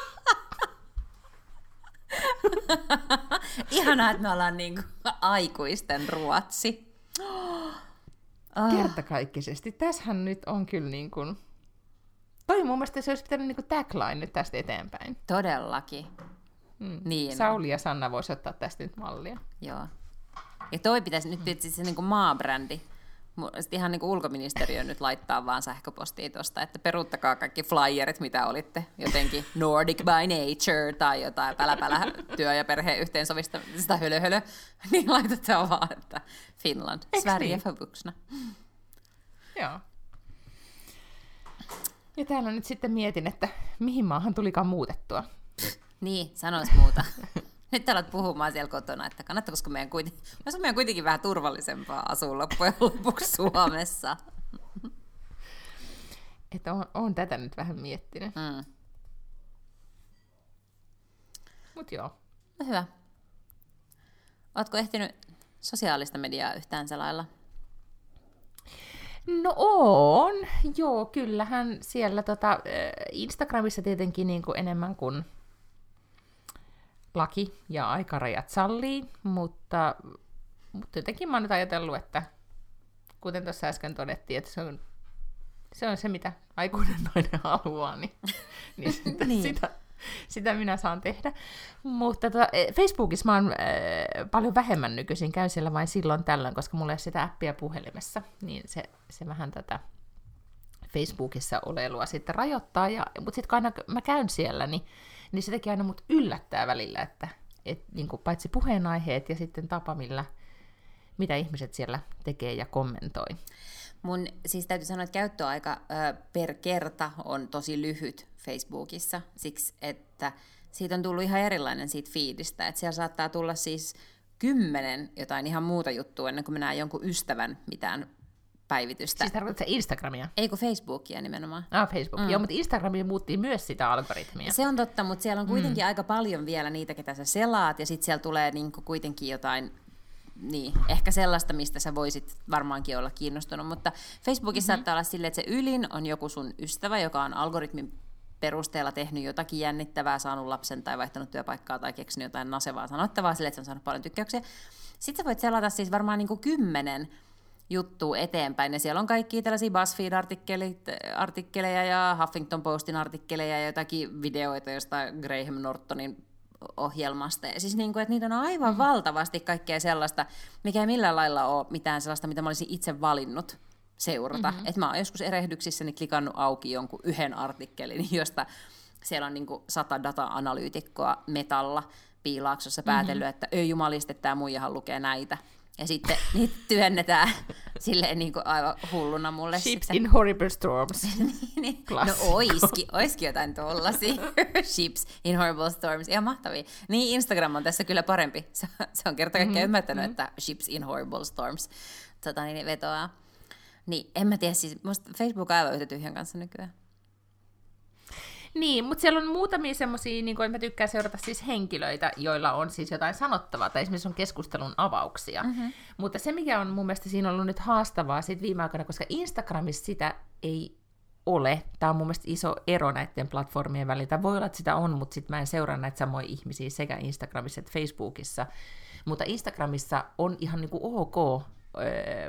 Ihanaa, että me ollaan niinku aikuisten Ruotsi. Oh. Kertakaikkisesti. Tässähän nyt on kyllä niin kuin... Toi mun mielestä se olisi pitänyt niin kuin tagline nyt tästä eteenpäin. Todellakin. Hmm. Niin. Sauli ja Sanna voisi ottaa tästä nyt mallia. Joo. Ja toi pitäisi nyt tietysti se niin kuin maabrändi. Sitten ihan niin kuin ulkoministeriö nyt laittaa vaan sähköpostia tuosta, että peruuttakaa kaikki flyerit, mitä olitte jotenkin Nordic by Nature tai jotain päläpälä työ- ja perheen yhteensovista sitä hölö, hölö. Niin laitetaan vaan, että Finland, Sverige för vuxna. Joo. Ja täällä nyt sitten mietin, että mihin maahan tulikaan muutettua. Niin, sanois muuta. Nyt alat puhumaan siellä kotona, että kannattaisiko meidän kuitenkin, meidän kuitenkin vähän turvallisempaa asua loppujen lopuksi Suomessa. Että on, on tätä nyt vähän miettinyt. Mm. Mut joo. No hyvä. Ootko ehtinyt sosiaalista mediaa yhtään selailla? No on, joo, kyllähän siellä tota, Instagramissa tietenkin niin kuin enemmän kuin laki ja aikarajat sallii, mutta, mutta jotenkin mä oon nyt ajatellut, että kuten tuossa äsken todettiin, että se on se, on se mitä aikuinen nainen haluaa, niin, niin, sitä, niin. Sitä, sitä minä saan tehdä. Mutta tota, Facebookissa mä oon äh, paljon vähemmän nykyisin, käyn siellä vain silloin tällöin, koska mulla ei ole sitä appia puhelimessa, niin se, se vähän tätä Facebookissa oleilua sitten rajoittaa, ja, mutta sitten kun aina mä käyn siellä, niin niin se teki aina mut yllättää välillä, että et, niin kuin paitsi puheenaiheet ja sitten tapa, millä, mitä ihmiset siellä tekee ja kommentoi. Mun siis täytyy sanoa, että käyttöaika ö, per kerta on tosi lyhyt Facebookissa, siksi että siitä on tullut ihan erilainen siitä feedistä, että siellä saattaa tulla siis kymmenen jotain ihan muuta juttua ennen kuin mä näen jonkun ystävän mitään päivitystä. Siis tarkoitatko se Instagramia? Ei kun Facebookia nimenomaan. Ah, Facebook. Mm. Joo, mutta Instagramia muutti myös sitä algoritmia. Se on totta, mutta siellä on kuitenkin mm. aika paljon vielä niitä, ketä sä selaat, ja sitten siellä tulee niinku kuitenkin jotain, niin, ehkä sellaista, mistä sä voisit varmaankin olla kiinnostunut, mutta Facebookissa mm-hmm. saattaa olla silleen, että se ylin on joku sun ystävä, joka on algoritmin perusteella tehnyt jotakin jännittävää, saanut lapsen tai vaihtanut työpaikkaa tai keksinyt jotain nasevaa sanottavaa sille, että se on saanut paljon tykkäyksiä. Sitten sä voit selata siis varmaan niin kuin kymmenen juttua eteenpäin, ja siellä on kaikki tällaisia BuzzFeed-artikkeleja ja Huffington Postin artikkeleja ja jotakin videoita jostain Graham Nortonin ohjelmasta. Ja siis niin kuin, että niitä on aivan mm. valtavasti kaikkea sellaista, mikä ei millään lailla ole mitään sellaista, mitä mä olisin itse valinnut seurata. Mm-hmm. Että mä oon joskus erehdyksissäni klikannut auki jonkun yhden artikkelin, josta siellä on niin kuin sata data-analyytikkoa Metalla Piilaaksossa päätellyt, mm-hmm. että ei jumaliste, tämä muijahan lukee näitä. Ja sitten niitä työnnetään silleen niin kuin aivan hulluna mulle. Ships in horrible storms. niin, niin. No oiski, oiski jotain tollasia. Ships in horrible storms. Ihan mahtavia. Niin Instagram on tässä kyllä parempi. Se, se on kerta kaikkiaan mm-hmm. ymmärtänyt, mm-hmm. että ships in horrible storms tota, niin vetoaa. Niin, en mä tiedä, siis musta Facebook on aivan yhtä tyhjän kanssa nykyään. Niin, mutta siellä on muutamia semmoisia, niin kuin mä tykkään seurata siis henkilöitä, joilla on siis jotain sanottavaa, tai esimerkiksi on keskustelun avauksia. Mm-hmm. Mutta se, mikä on mun mielestä siinä ollut nyt haastavaa siitä viime aikoina, koska Instagramissa sitä ei ole. Tämä on mun mielestä iso ero näiden platformien välillä. Voi olla, että sitä on, mutta sitten mä en seuraa näitä samoja ihmisiä sekä Instagramissa että Facebookissa. Mutta Instagramissa on ihan niin kuin ok öö,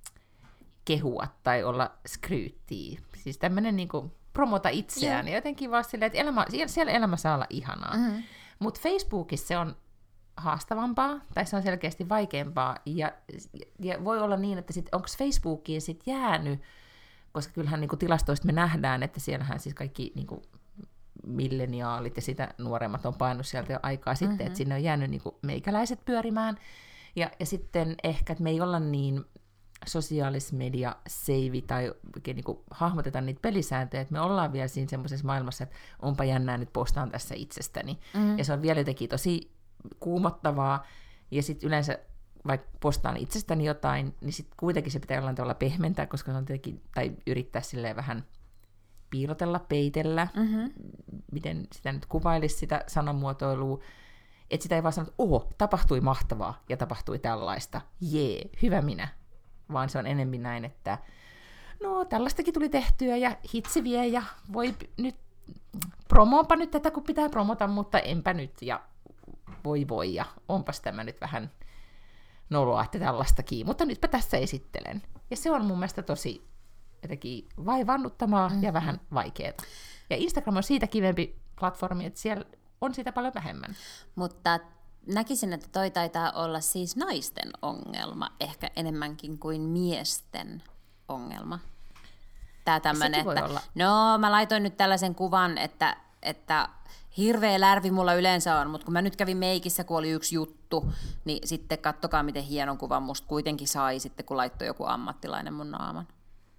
kehua tai olla skryyttiä. Siis tämmöinen niin kuin promota itseään, yeah. ja jotenkin vaan silleen, että elämä, siellä elämä saa olla ihanaa. Mm-hmm. Mutta Facebookissa se on haastavampaa, tai se on selkeästi vaikeampaa, ja, ja voi olla niin, että sit, onko Facebookiin sitten jäänyt, koska kyllähän niinku tilastoista me nähdään, että siellähän siis kaikki niinku milleniaalit ja sitä nuoremmat on painut sieltä jo aikaa mm-hmm. sitten, että sinne on jäänyt niinku meikäläiset pyörimään, ja, ja sitten ehkä, että me ei olla niin sosiaalismedia save tai oikein niin kuin hahmotetaan niitä pelisääntöjä, että me ollaan vielä siinä semmoisessa maailmassa, että onpa jännää, nyt postaan tässä itsestäni. Mm. Ja se on vielä jotenkin tosi kuumottavaa, ja sitten yleensä vaikka postaan itsestäni jotain, niin sitten kuitenkin se pitää jollain tavalla pehmentää, koska se on tietenkin, tai yrittää silleen vähän piilotella, peitellä, mm-hmm. miten sitä nyt kuvailisi sitä sanamuotoilua, että sitä ei vaan sano, että oho, tapahtui mahtavaa ja tapahtui tällaista, jee, hyvä minä. Vaan se on enemmän näin, että no tällaistakin tuli tehtyä ja hitsi vie ja voi nyt, promoonpa nyt tätä kun pitää promota, mutta enpä nyt ja voi voi ja onpas tämä nyt vähän noloa, että tällaistakin, mutta nytpä tässä esittelen. Ja se on mun mielestä tosi jotenkin vaivannuttamaa mm-hmm. ja vähän vaikeaa. Ja Instagram on siitä kivempi platformi, että siellä on siitä paljon vähemmän. Mutta näkisin, että toi taitaa olla siis naisten ongelma, ehkä enemmänkin kuin miesten ongelma. Tää tämmönen, että olla. no mä laitoin nyt tällaisen kuvan, että, että hirveä lärvi mulla yleensä on, mutta kun mä nyt kävin meikissä, kun oli yksi juttu, niin sitten kattokaa, miten hienon kuvan musta kuitenkin sai sitten, kun laittoi joku ammattilainen mun naaman.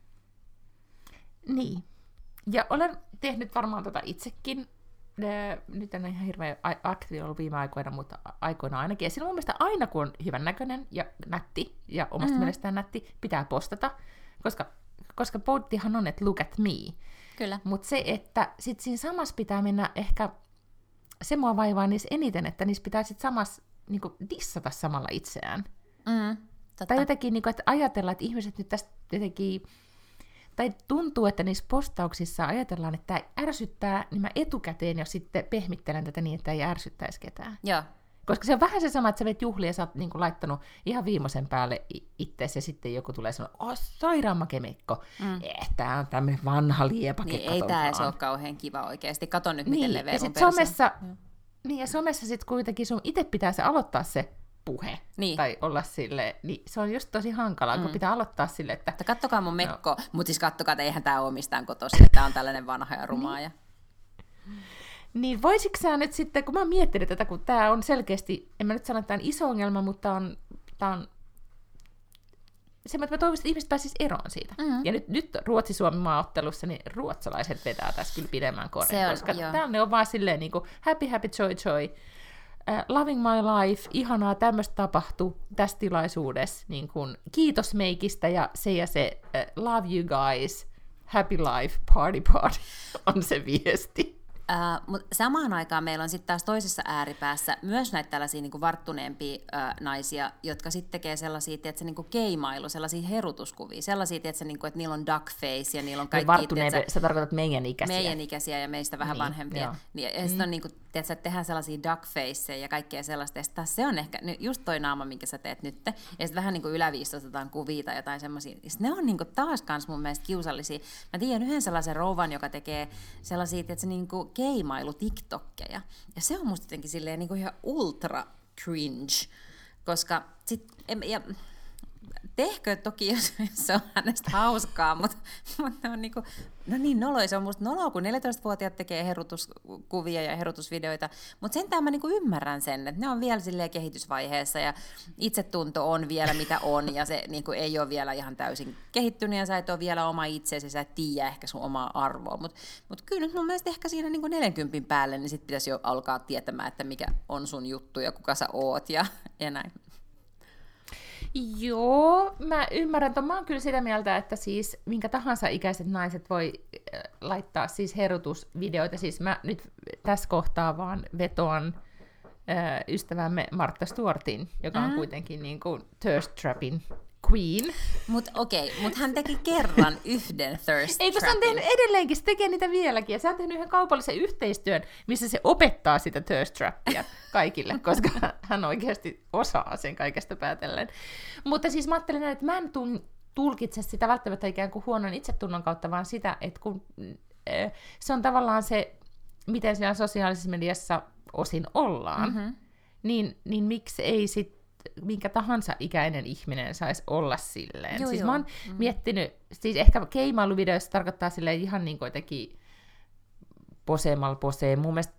Niin. Ja olen tehnyt varmaan tota itsekin. Nyt en ole ihan hirveän aktiivinen ollut viime aikoina, mutta aikoina ainakin. Ja silloin mun mielestä aina, kun on hyvän näköinen ja nätti, ja omasta mm-hmm. mielestään nätti, pitää postata, koska, koska pointtihan on, että look at me. Kyllä. Mutta se, että sit siinä samassa pitää mennä ehkä, se mua vaivaa niissä eniten, että niissä pitää sitten samassa niin kuin dissata samalla itseään. Mm, tai jotenkin, niin kuin, että ajatella, että ihmiset nyt tästä jotenkin, tai tuntuu, että niissä postauksissa ajatellaan, että tämä ärsyttää, niin mä etukäteen jo sitten pehmittelen tätä niin, että ei ärsyttäisi ketään. Joo. Koska se on vähän se sama, että sä vet juhlia ja sä oot niin kuin laittanut ihan viimeisen päälle itseäsi ja sitten joku tulee sanoa, oh, sairaan makemekko. Mm. Eh, tää on tämmöinen vanha liepake. Niin, ei tää edes ole kauhean kiva oikeasti. Kato nyt, miten niin, leveä ja mun somessa, mm. Niin, ja somessa sitten kuitenkin sun itse pitää se aloittaa se puhe. Niin. Tai olla silleen, niin se on just tosi hankalaa, mm. kun pitää aloittaa silleen, että... että kattokaa mun mekko, no. Mutta siis kattokaa, että eihän tää ole mistään kotoisin, että tää on tällainen vanha ja rumaa. Niin. Ja... Niin voisitko sä nyt sitten, kun mä oon miettinyt tätä, kun tää on selkeästi, en mä nyt sano, että tää on iso ongelma, mutta tää on, tää on semmoinen, että mä toivoisin, että ihmiset pääsisivät eroon siitä. Mm-hmm. Ja nyt, nyt Ruotsi-Suomi maaottelussa, niin ruotsalaiset vetää tässä kyllä pidemmän koreen, koska täällä on vaan silleen niin kuin happy, happy, joy, joy, uh, loving my life, ihanaa, tämmöistä tapahtui tässä tilaisuudessa, niin kuin, kiitos meikistä ja se ja se, uh, love you guys, happy life, party party, on se viesti. Uh, mutta samaan aikaan meillä on sitten taas toisessa ääripäässä myös näitä tällaisia niinku varttuneempia uh, naisia, jotka sitten tekee sellaisia, että se niinku keimailu, sellaisia herutuskuvia, sellaisia, että, niinku, että niillä on duck face ja niillä on kaikki... Varttuneempi, sä tarkoitat meidän ikäisiä. Meidän ikäisiä ja meistä vähän niin, vanhempia. Niin, ja sitten mm. on niinku, tiedätkö, että tehdään sellaisia duck faceja ja kaikkea sellaista. Ja taas se on ehkä just toi naama, minkä sä teet nyt. Ja sitten vähän niinku yläviistotetaan kuvia tai jotain semmoisia. Ne on niinku taas kans mun mielestä kiusallisia. Mä tiedän yhden sellaisen rouvan, joka tekee sellaisia, että se niinku keimailu TikTokkeja. Ja se on musta jotenkin silleen niin kuin ihan ultra cringe, koska sit, ja, tehkö toki, jos se on hänestä hauskaa, mutta, mutta on niin kuin, no niin noloi, se on musta noloa, kun neljätoistavuotiaat tekee herutuskuvia ja herutusvideoita, mutta sentään mä niin kuin ymmärrän sen, että ne on vielä silleen kehitysvaiheessa ja itsetunto on vielä mitä on ja se niin kuin ei ole vielä ihan täysin kehittynyt ja sä et ole vielä oma itsesi, sä et tiedä ehkä sun omaa arvoa, mutta mut kyllä nyt mun mielestä ehkä siinä niin kuin neljänkympin päälle niin sit pitäisi jo alkaa tietämään, että mikä on sun juttu ja kuka sä oot ja, ja näin. Joo, mä ymmärrän, että mä oon kyllä sitä mieltä, että siis minkä tahansa ikäiset naiset voi laittaa siis herutusvideoita. Siis mä nyt tässä kohtaa vaan vetoan äh, ystävämme Martha Stewartin, joka on mm. kuitenkin niin kuin thirst trappin queen. Mutta okei, okay, mutta hän teki kerran yhden thirst Eikö se on tehnyt edelleenkin, se tekee niitä vieläkin. Ja se on tehnyt yhden kaupallisen yhteistyön, missä se opettaa sitä thirst trappia kaikille, koska hän oikeasti osaa sen kaikesta päätellen. Mutta siis mä ajattelen näin, että mä en tulkitse sitä välttämättä ikään kuin huonon itsetunnon kautta, vaan sitä, että kun se on tavallaan se, miten siellä sosiaalisessa mediassa osin ollaan, mm-hmm. niin, niin miksi ei sitten minkä tahansa ikäinen ihminen saisi olla silleen. Joo, siis joo. mä oon mm. miettinyt, siis ehkä keimailuvideoissa tarkoittaa silleen ihan niin kuin jotenkin poseemal posee. Mun mielestä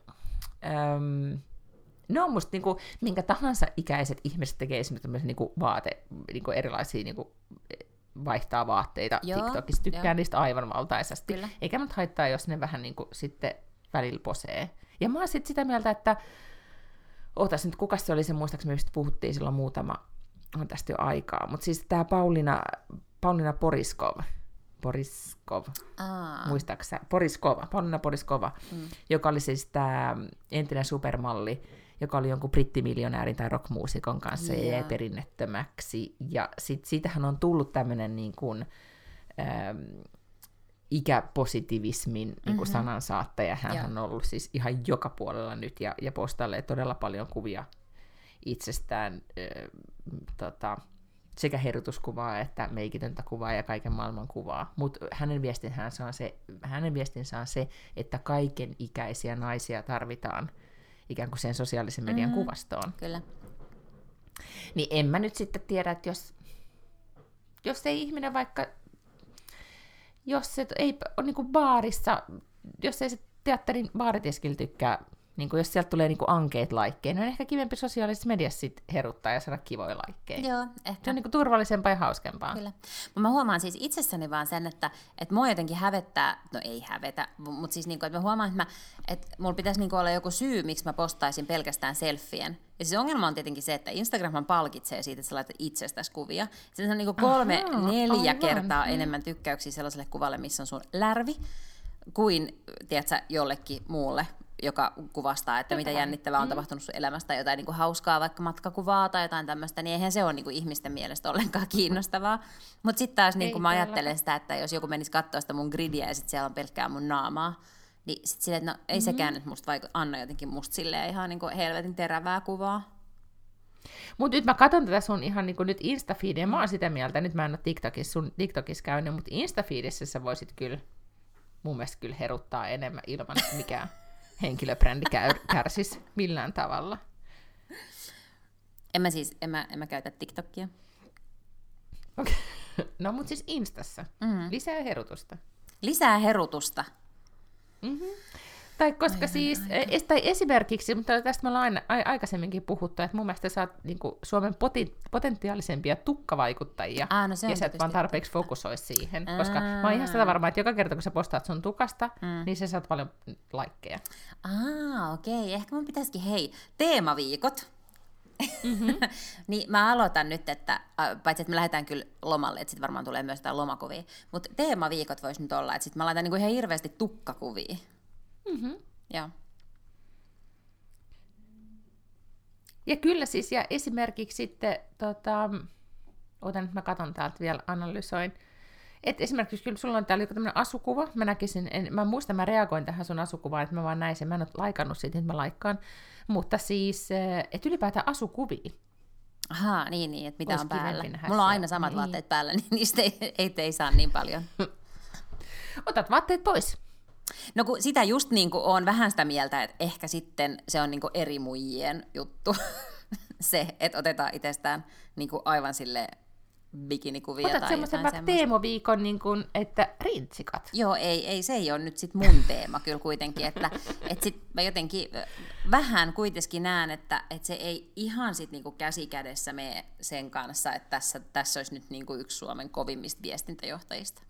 äm, ne on musta niin kuin, minkä tahansa ikäiset ihmiset tekee esimerkiksi tämmöisiä niin kuin vaate, niin kuin erilaisia niin kuin vaihtaa vaatteita joo, TikTokissa. Tykkään jo. niistä aivan valtaisesti. Kyllä. Eikä mut haittaa, jos ne vähän niin kuin sitten välillä posee. Ja mä oon sit sitä mieltä, että ootas nyt, kuka se oli se, muistaakseni mistä puhuttiin silloin muutama, on tästä jo aikaa, mutta siis tämä Paulina, Paulina Poriskov, Poriskov, Aa. muistaaksä, Poriskova, Paulina Poriskova, mm. joka oli siis tämä entinen supermalli, joka oli jonkun brittimiljonäärin tai rockmuusikon kanssa yeah. ja jäi perinnettömäksi, ja sit siitähän on tullut tämmöinen niin kuin, ähm, ikäpositivismin mm-hmm. niin kuin sanansaattaja. Hän yeah. on ollut siis ihan joka puolella nyt ja, ja postailee todella paljon kuvia itsestään, äh, tota, sekä herutuskuvaa että meikitöntä kuvaa ja kaiken maailman kuvaa. Mutta hänen viestinsä on se, hänen viestinsä on se, että kaiken ikäisiä naisia tarvitaan ikään kuin sen sosiaalisen median mm-hmm. kuvastoon. Kyllä. Niin en mä nyt sitten tiedä, että jos, jos ei ihminen vaikka jos se ei ole niin kuin baarissa, jos ei se teatterin baariteskillä tykkää, niin kuin jos sieltä tulee niin kuin ankeet laikkeja, niin on ehkä kivempi sosiaalisessa mediassa sit heruttaa ja saada kivoja laikkeja. Joo, ehkä. Se on niin kuin turvallisempaa ja hauskempaa. Kyllä. Mä huomaan siis itsessäni vaan sen, että, että mua jotenkin hävettää, no ei hävetä, mutta siis niin kuin, että mä huomaan, että, mä, että mulla pitäisi niin kuin olla joku syy, miksi mä postaisin pelkästään selfien. Ja siis ongelma on tietenkin se, että Instagram palkitsee siitä, että sä laitat itsestäsi kuvia. Se on niin kuin kolme, Aha, neljä aivan. kertaa mm. enemmän tykkäyksiä sellaiselle kuvalle, missä on sun lärvi, kuin tiedätkö, jollekin muulle, joka kuvastaa, että mitä jännittävää on tapahtunut sun elämästä, jotain niin kuin hauskaa, vaikka matkakuvaa tai jotain tämmöistä, niin eihän se ole niin kuin ihmisten mielestä ollenkaan kiinnostavaa. Mutta sitten taas niin kuin mä ajattelen sitä, että jos joku menisi katsoa sitä mun gridiä ja sitten siellä on pelkkää mun naamaa, niin sitten silleen, että no ei mm-hmm. sekään nyt musta vaikka anna jotenkin musta silleen ihan niin kuin helvetin terävää kuvaa. Mutta nyt mä katson tätä sun ihan niin kuin nyt Instafeedia, mä oon sitä mieltä, nyt mä en ole TikTokissa, sun TikTokissa käynyt, mutta Instafeedissä sä voisit kyllä mun mielestä kyllä heruttaa enemmän ilman, että mikään henkilöbrändi kärsisi millään tavalla. En mä siis, en mä, en mä käytä TikTokia. Okay. No mut siis Instassa. Mm-hmm. Lisää herutusta. Lisää herutusta. Mm-hmm. Tai koska aivan, siis, aivan. tai esimerkiksi, mutta tästä me ollaan aina, a, aikaisemminkin puhuttu, että mun mielestä sä oot niin kuin Suomen poti, potentiaalisempia tukkavaikuttajia, Aa, no ja sä et vaan tarpeeksi fokusoi siihen, Aa. koska mä oon ihan sitä varma, että joka kerta kun sä postaat sun tukasta, mm. niin sä saat paljon laikkeja. Aa, okei, okay. Ehkä mun pitäisikin, hei, teemaviikot. Mm-hmm. Niin mä aloitan nyt, että äh, paitsi että me lähdetään kyllä lomalle, että sit varmaan tulee myös jotain lomakuvia, mutta teemaviikot vois nyt olla, että sit mä laitan niinku ihan hirveästi tukkakuvia. Mm-hmm. Joo. Ja kyllä siis, ja esimerkiksi sitten, tota, otan nyt mä katson täältä vielä, analysoin, että esimerkiksi kyllä sulla on täällä joku tämmöinen asukuva, mä näkisin, en, mä muistan, mä reagoin tähän sun asukuvaan, että mä vaan näin sen, mä en ole laikannut siitä, että mä laikkaan, mutta siis, että ylipäätään asukuvia. Ahaa, niin, niin, että mitä Olisi on päällä. kivempi nähdä Mulla on siellä. aina samat Niin. vaatteet päällä, niin niistä ei, ei, ei saa niin paljon. Otat vaatteet pois. No kun sitä just niin kuin on vähän sitä mieltä, että ehkä sitten se on niin kuin eri muijien juttu. Se, että otetaan itsestään niin kuin aivan sille bikinikuvia Otat tai semmoisen jotain vaikka semmoista. teemoviikon, niin kuin, että rintsikat. Joo, ei, ei, se ei ole nyt sit mun teema kyllä kuitenkin, että et sit mä jotenkin vähän kuitenkin näen, että et se ei ihan sit niinku käsi kädessä mene sen kanssa, että tässä, tässä olisi nyt niinku yksi Suomen kovimmista viestintäjohtajista.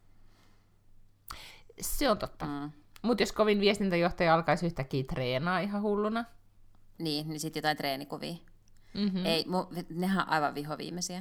Se on totta. Mm. Mutta jos kovin viestintäjohtaja alkaisi yhtäkkiä treenaa ihan hulluna. Niin, niin sitten jotain treenikuvia. Mm-hmm. Ei, mu, nehän on aivan vihoviimeisiä.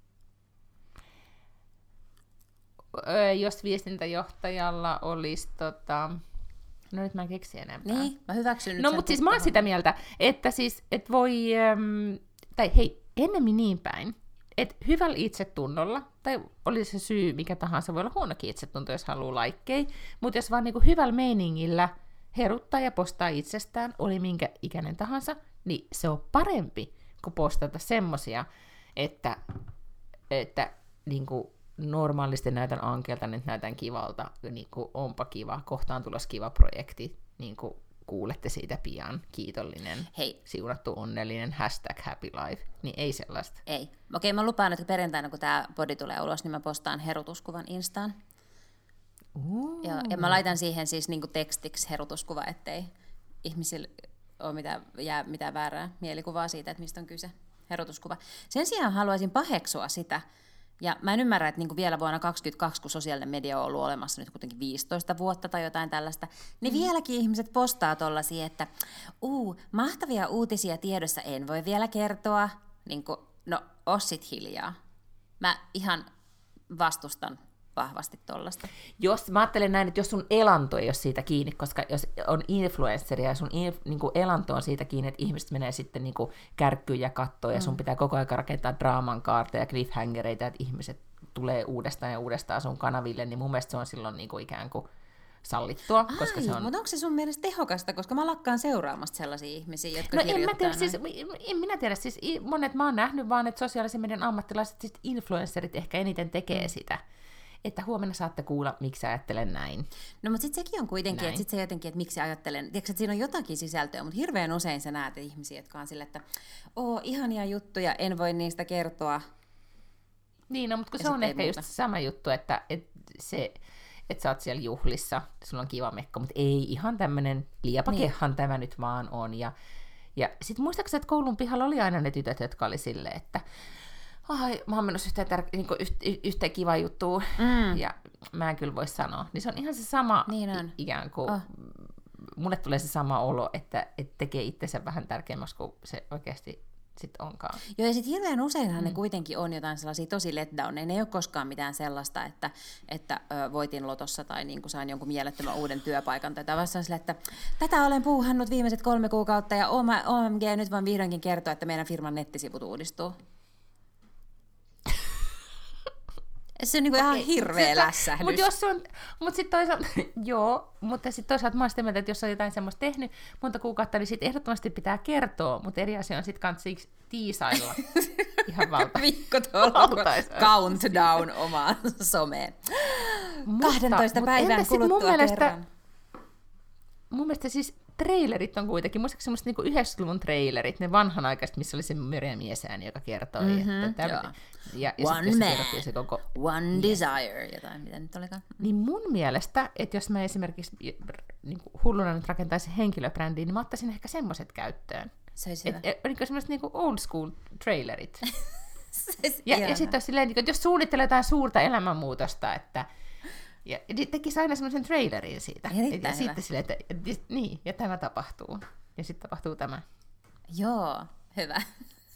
Öö, jos viestintäjohtajalla olisi tota... No nyt mä en keksi enempää. Niin, mä hyväksyn nyt No sen mutta siis mä oon tuttavan. sitä mieltä, että siis, et voi, äm, tai hei, ennemmin niin päin, että hyvällä itsetunnolla, tai oli se syy mikä tahansa, voi olla huonokin itsetunto, jos haluaa laikkei, mutta jos vaan niinku hyvällä meiningillä heruttaa ja postaa itsestään, oli minkä ikäinen tahansa, niin se on parempi kuin postata semmosia, että, että niinku normaalisti näytän ankelta, nyt näytän kivalta, niinku onpa kiva, kohtaan tulos kiva projekti, niinku kuulette siitä pian, kiitollinen, Hei. siunattu onnellinen, hashtag happy life, niin ei sellaista. Ei. Okei, mä lupaan, että perjantaina, kun tää podi tulee ulos, niin mä postaan herutuskuvan Instaan. Uh. Ja, ja mä laitan siihen siis niinku tekstiksi herutuskuva, ettei ihmisillä ole mitään, jää mitään väärää mielikuvaa siitä, että mistä on kyse. Herutuskuva. Sen sijaan haluaisin paheksua sitä, ja mä en ymmärrä, että niinku vielä vuonna kaksikymmentäkaksi, kun sosiaalinen media on ollut olemassa nyt kuitenkin viisitoista vuotta tai jotain tällaista, niin mm. vieläkin ihmiset postaa tollasia, että uu, mahtavia uutisia tiedossa en voi vielä kertoa. Niinku, no, oo sit hiljaa. Mä ihan vastustan vahvasti tollasta. Jos, mä ajattelen näin, että jos sun elanto ei ole siitä kiinni, koska jos on influensseri ja sun inf, niin kuin elanto on siitä kiinni, että ihmiset menee sitten niin kuin kärkkyyn ja kattoo, mm. ja sun pitää koko ajan rakentaa draaman kaarta ja cliffhangereita, että ihmiset tulee uudestaan ja uudestaan sun kanaville, niin mun mielestä se on silloin niin kuin ikään kuin sallittua. Ai, koska se on... mutta onko se sun mielestä tehokasta, koska mä lakkaan seuraamasta sellaisia ihmisiä, jotka No kirjoittaa en mä tiedä, näin. siis, en minä tiedä, siis monet mä oon nähnyt vaan, että sosiaalisen median ammattilaiset, siis influencerit ehkä eniten tekee mm. sitä. Että huomenna saatte kuulla, miksi ajattelen näin. No mutta sitten sekin on kuitenkin, Näin. että sit se jotenkin, että miksi ajattelen, tiedätkö, että siinä on jotakin sisältöä, mutta hirveän usein sä näet ihmisiä, jotka on sille, että oo, ihania juttuja, en voi niistä kertoa. Niin, no, mutta kun Ja se on sit ei ehkä muuta. just se sama juttu, että et se, että sä oot siellä juhlissa, sulla on kiva mekko, mutta ei ihan tämmönen liepakehan niin. Tämä nyt vaan on. Ja, ja sitten muistaakseni, että koulun pihalla oli aina ne tytöt, jotka oli silleen, että ai, mä oon menossa yhteen, tär- niinku yht- yhteen kiva juttuun, mm. ja mä en kyllä voi sanoa. Niin se on ihan se sama Niin on. i- ikään kuin, Oh. mulle tulee se sama olo, että, että tekee itsensä vähän tärkeämmäksi kuin se oikeasti sitten onkaan. Joo, ja sitten hirveän useinhan mm. ne kuitenkin on jotain sellaisia tosi letdowneja. Ne ei ole koskaan mitään sellaista, että, että ö, voitin lotossa tai niin kuin sain jonkun mielettömän uuden työpaikan. Tai vastaan sille, että tätä olen puuhannut viimeiset kolme kuukautta ja O M G, nyt voin vihdoinkin kertoa, että meidän firman nettisivut uudistuu. Se on niinku ihan hirveä lässähdys. Mutta jos on, mut sitten toisaalta, joo, mutta sitten toisaalta mä oon sitä mieltä, että jos on jotain semmoista tehnyt monta kuukautta, niin sitten ehdottomasti pitää kertoa, mutta eri asia on sitten kanssa tiisailla ihan valta. Viikkotolku countdown omaan someen. kahdentoista päivän kuluttua mun mielestä, kerran. Mun mielestä siis trailerit on kuitenkin, muistaakseni semmoiset niinku yhdeksänkymmentäluvun trailerit, ne vanhanaikaiset, missä oli se Miriam Jesääni, joka kertoi. Mm-hmm, että joo. ja, ja One sit, man, se koko, one yes. desire, jotain, mitä nyt olikaan. Niin mun mielestä, että jos mä esimerkiksi niin hulluna nyt rakentaisin henkilöbrändiä, niin mä ottaisin ehkä semmoiset käyttöön. Se olisi hyvä. Et, et, niin semmoiset niin old school trailerit. Se ja ja sitten silleen, että jos suunnittelee jotain suurta elämänmuutosta, että ja, ja tekisi aina semmoisen trailerin siitä. Erittäin ja hyvä. sitten silleen, että että niin, ja tämä tapahtuu. Ja sitten tapahtuu tämä. Joo, hyvä.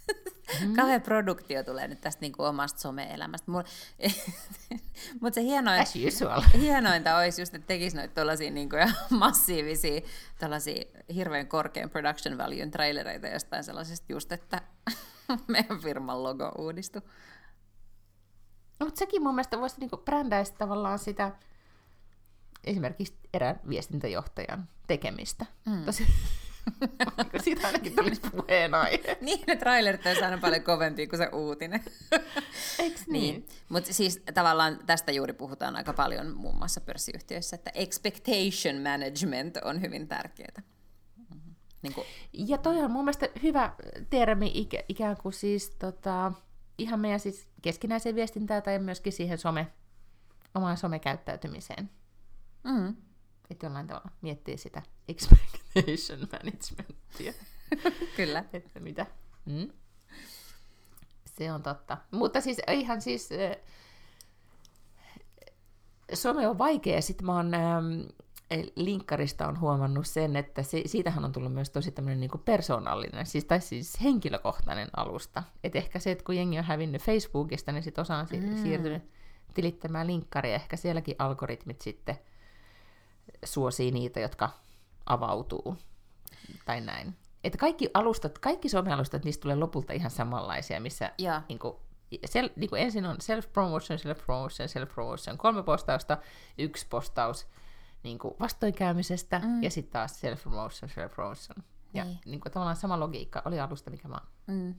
Mm. Kauhean produktio tulee nyt tästä niin kuin omasta some-elämästä. Mutta se hienoin, hienointa olisi just, että tekisi noita tuollaisia niin kuin massiivisia, tällaisia hirveän korkean production valuen trailereita jostain sellaisesta just, että meidän firman logo uudistui. No, mutta sekin mun mielestä voisi niinku brändäisi tavallaan sitä esimerkiksi erään viestintäjohtajan tekemistä. Mm. Tosi, siitä ainakin tulisi puheenaihe. Niin, ne trailerit olisi aina paljon kovempia kuin se uutinen. Eikö niin? niin. Mutta siis tavallaan tästä juuri puhutaan aika paljon muun muassa pörssiyhtiöissä, että expectation management on hyvin tärkeää. Mm-hmm. Niin kuin... Ja toi on mun mielestä hyvä termi ikä, ikään kuin siis tota, ihan meidän siis keskinäiseen viestintään tai myöskin siihen some, omaan somekäyttäytymiseen. Mm. Että jollain tavalla miettii sitä expectation managementia. Kyllä. Että mitä? Mm? Se on totta. Mutta siis ihan siis äh, some on vaikea. Sitten mä oon ähm, linkkarista on huomannut sen, että se, siitähän on tullut myös tosi tämmöinen niin kuin persoonallinen, siis, tai siis henkilökohtainen alusta. Että ehkä se, että kun jengi on hävinnyt Facebookista, niin sitten osa on mm. siirtynyt tilittämään linkkaria. Ehkä sielläkin algoritmit sitten suosii niitä, jotka avautuu, tai näin. Että kaikki alustat, kaikki somealustat, niistä tulee lopulta ihan samanlaisia, missä niin kuin, sel, niin kuin ensin on self-promotion, self-promotion, self-promotion, kolme postausta, yksi postaus niin kuin vastoinkäymisestä, mm. ja sitten taas self-promotion, self-promotion. Ja niin. Niin kuin, tavallaan sama logiikka oli alusta, mikä mä oon. Mm.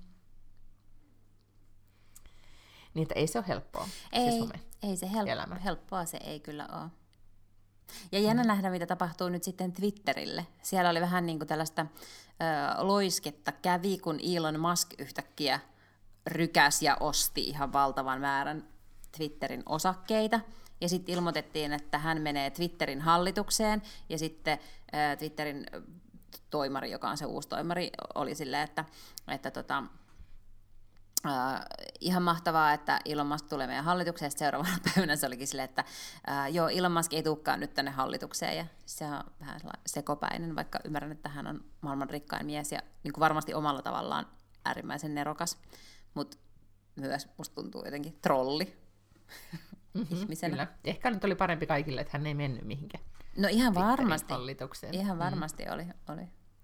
Niin, että ei se ole helppoa, ei, se some. Ei se help- helppoa, se ei kyllä ole. Ja jännä mm. nähdä, mitä tapahtuu nyt sitten Twitterille. Siellä oli vähän niin kuin tällaista ö, loisketta kävi, kun Elon Musk yhtäkkiä rykäs ja osti ihan valtavan määrän Twitterin osakkeita. Ja sitten ilmoitettiin, että hän menee Twitterin hallitukseen, ja sitten ö, Twitterin toimari, joka on se uusi toimari, oli silleen, että, että tota, Uh, ihan mahtavaa, että Elon Musk tulee meidän hallitukseen, ja seuraavana päivänä se olikin silleen, että uh, joo, Elon Musk ei tulekaan nyt tänne hallitukseen, ja se on vähän sekopäinen, vaikka ymmärrän, että hän on maailman rikkain mies, ja niin kuin varmasti omalla tavallaan äärimmäisen nerokas, mutta myös musta tuntuu jotenkin trolli mm-hmm, ihmisenä. Kyllä. Ehkä nyt oli parempi kaikille, että hän ei mennyt mihinkään. No ihan varmasti. Hallitukseen. Ihan varmasti mm. oli, oli.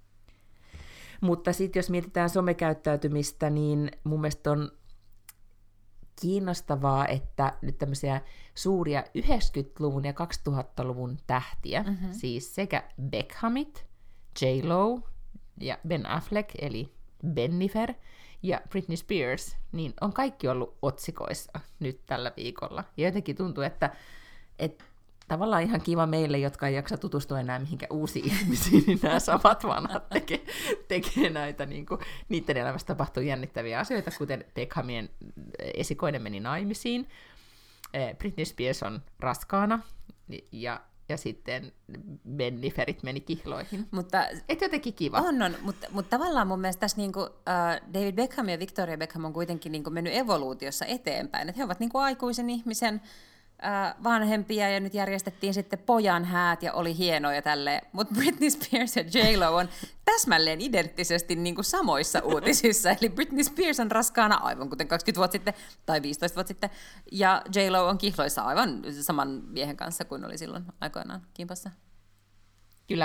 Mutta sitten jos mietitään somekäyttäytymistä, niin mun mielestä on kiinnostavaa, että nyt tämmöisiä suuria yhdeksänkymmentäluvun ja kaksituhattaluvun tähtiä, mm-hmm. siis sekä Beckhamit, J-Lo ja Ben Affleck, eli Bennifer, ja Britney Spears, niin on kaikki ollut otsikoissa nyt tällä viikolla. Ja jotenkin tuntuu, että, että tavallaan ihan kiva meille, jotka ei jaksa tutustua enää mihinkään uusiin ihmisiin, niin nämä samat vanhat tekee, tekee näitä, niin kuin, niiden elämässä tapahtuu jännittäviä asioita, kuten Beckhamien esikoinen meni naimisiin, Britney Spears on raskaana, ja, ja sitten Benniferit meni kihloihin. Mutta, et jotenkin kiva. On, on, mutta, mutta tavallaan mun mielestä tässä niin kuin, uh, David Beckham ja Victoria Beckham on kuitenkin niin kuin mennyt evoluutiossa eteenpäin, että he ovat niin kuin aikuisen ihmisen vanhempia, ja nyt järjestettiin sitten pojan häät, ja oli hienoja tälleen. Mutta Britney Spears ja J-Lo on täsmälleen identtisesti niin kuin samoissa uutisissa. Eli Britney Spears on raskaana aivan kuten kaksikymmentä vuotta sitten, tai viisitoista vuotta sitten, ja J-Lo on kihloissa aivan saman miehen kanssa kuin oli silloin aikoinaan kimpassa. Kyllä.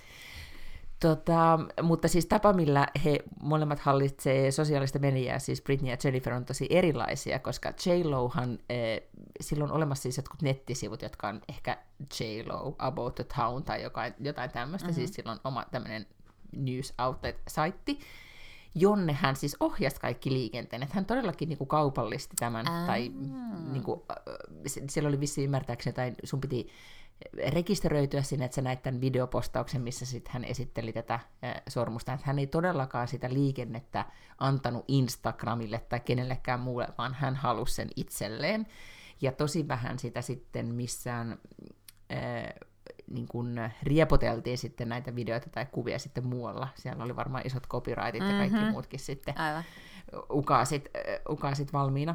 Tota, mutta siis tapa, millä he molemmat hallitsee sosiaalista mediaa, siis Britney ja Jennifer, on tosi erilaisia, koska J-Lohan, eh, silloin on olemassa siis jotkut nettisivut, jotka on ehkä J-Lo About the Town tai jotain, jotain tämmöistä, mm-hmm. siis silloin oma tämmöinen news outlet-saitti, jonne hän siis ohjasi kaikki liikenteen, että hän todellakin niin kuin kaupallisti tämän, ah. tai niin kuin, siellä oli vissiin ymmärtääkseni jotain, sun piti rekisteröityä sinne, että sä näit tämän videopostauksen, missä sitten hän esitteli tätä sormusta, että hän ei todellakaan sitä liikennettä antanut Instagramille tai kenellekään muulle, vaan hän halusi sen itselleen, ja tosi vähän sitä sitten missään äh, niin kun riepoteltiin sitten näitä videoita tai kuvia sitten muualla, siellä oli varmaan isot copyrightit mm-hmm. ja kaikki muutkin sitten ukaasit, ukaasit valmiina,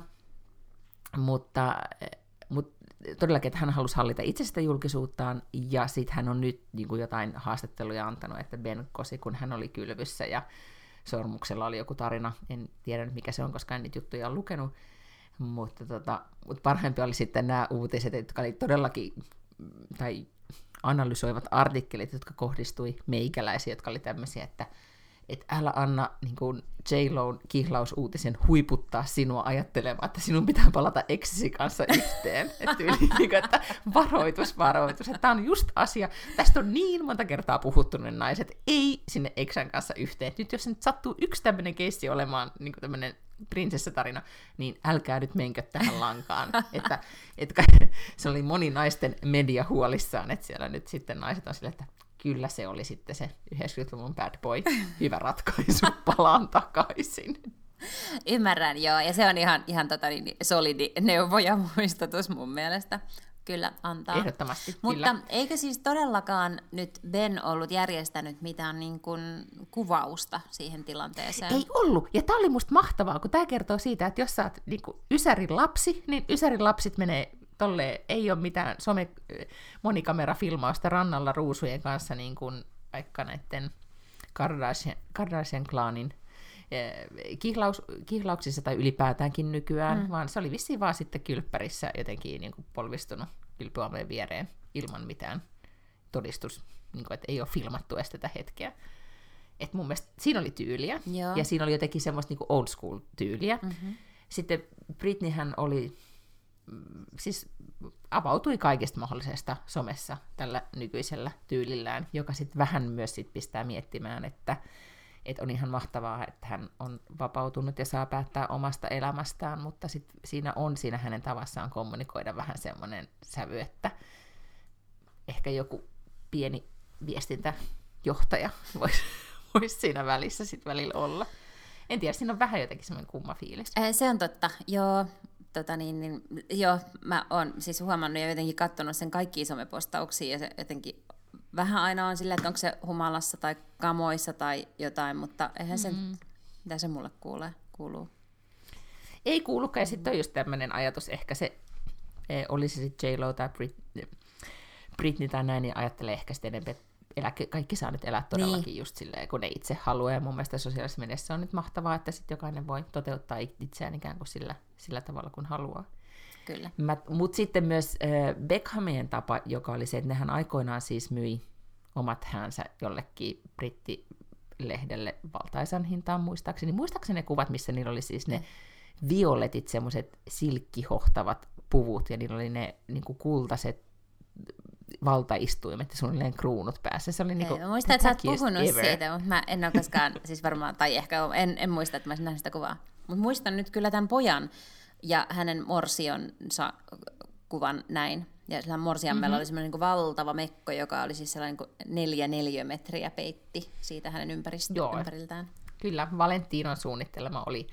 mutta Mutta todellakin, että hän halusi hallita itsestä julkisuuttaan, ja sitten hän on nyt niin kuin jotain haastatteluja antanut, että Ben kosi, kun hän oli kylvyssä, ja Sormuksella oli joku tarina, en tiedä mikä se on, koska en niitä juttuja ole lukenut, mutta, tota, mutta parhaimpi oli sitten nämä uutiset, jotka oli todellakin, tai analysoivat artikkelit, jotka kohdistui meikäläisiin, jotka oli tämmöisiä, että et älä anna niin kuin J-Lon kihlausuutisen huiputtaa sinua ajattelemaan, että sinun pitää palata eksisi kanssa yhteen. Että, yli, että varoitus, varoitus. Että tämä on just asia. Tästä on niin monta kertaa puhuttu ne naiset. Ei sinne eksän kanssa yhteen. Nyt jos nyt sattuu yksi tämmöinen keissi olemaan niin kuin tämmöinen prinsessatarina, niin älkää nyt menkö tähän lankaan. että, että se oli moni naisten media huolissaan, että siellä nyt sitten naiset on silleen, että kyllä se oli sitten se yhdeksänkymmentäluvun bad boy. Hyvä ratkaisu, palaan takaisin. Ymmärrän, joo. Ja se on ihan, ihan tota, niin, solidi neuvo ja muistutus mun mielestä. Kyllä, antaa. Ehdottomasti, Mutta kyllä. eikö siis todellakaan nyt Ben ollut järjestänyt mitään niin kuin kuvausta siihen tilanteeseen? Ei ollut. Ja tämä oli musta mahtavaa, kun tämä kertoo siitä, että jos sä oot niin kuin ysärin lapsi, niin ysärin lapsit menee tolleen, ei ole mitään some monikamerafilmausta rannalla ruusujen kanssa, niin kuin vaikka näiden Kardashian, Kardashian-klaanin kihlaus, kihlauksissa tai ylipäätäänkin nykyään, mm. vaan se oli vissiin vaan sitten kylppärissä jotenkin niin kuin polvistunut kylpyameen viereen ilman mitään todistus, niin kuin, että ei ole filmattu edes tätä hetkeä. Et mun mielestä siinä oli tyyliä, Joo. ja siinä oli jotenkin semmoista niin kuin old school tyyliä. Mm-hmm. Sitten Britneyhän oli, siis avautui kaikesta mahdollisesta somessa tällä nykyisellä tyylillään, joka sitten vähän myös sit pistää miettimään, että että on ihan mahtavaa, että hän on vapautunut ja saa päättää omasta elämästään, mutta sit siinä on siinä hänen tavassaan kommunikoida vähän semmoinen sävy, että ehkä joku pieni viestintäjohtaja voisi vois siinä välissä sit välillä olla. En tiedä, siinä on vähän jotenkin semmoinen kumma fiilis. Se on totta, joo. Tota niin, niin, joo, mä oon siis huomannut ja jotenkin katsonut sen kaikkia somepostauksia ja se jotenkin vähän aina on silleen, että onko se humalassa tai kamoissa tai jotain, mutta eihän se, mm. mitä se mulle kuulee, kuuluu. Ei kuulukaan, ja sitten on just tämmöinen ajatus, ehkä se, e, olisi se sitten J-Lo tai Brit, Britney tai näin, niin ajattelee ehkä sitten enemmän, että elä, kaikki saa nyt elää todellakin niin. Just silleen, kun ne itse haluaa, ja mun mielestä sosiaalisessa mediassa on nyt mahtavaa, että sitten jokainen voi toteuttaa itseään ikään kuin sillä, sillä tavalla, kun haluaa. Kyllä. Mutta sitten myös äh, Beckhamien tapa, joka oli se, että nehän aikoinaan siis myi omat häänsä jollekin brittilehdelle valtaisan hintaan muistaakseni. Muistaakseni ne kuvat, missä niillä oli siis ne violetit, semmoiset silkkihohtavat puvut, ja niillä oli ne niinku kultaiset valtaistuimet ja suunnilleen kruunut päässä. Se oli niinku Mä muistan, että sä oot puhunut ever. siitä, mutta mä en ole koskaan, siis varmaan, tai ehkä en, en muista, että mä olisin nähnyt sitä kuvaa. Mutta muistan nyt kyllä tämän pojan ja hänen morsionsa kuvan näin. Ja sillä morsiammella mm-hmm. oli semmoinen niin valtava mekko, joka oli siis sellainen niin neljä neliömetriä peitti siitä hänen ympärist- Joo. ympäriltään. Kyllä, Valentinon suunnittelema oli,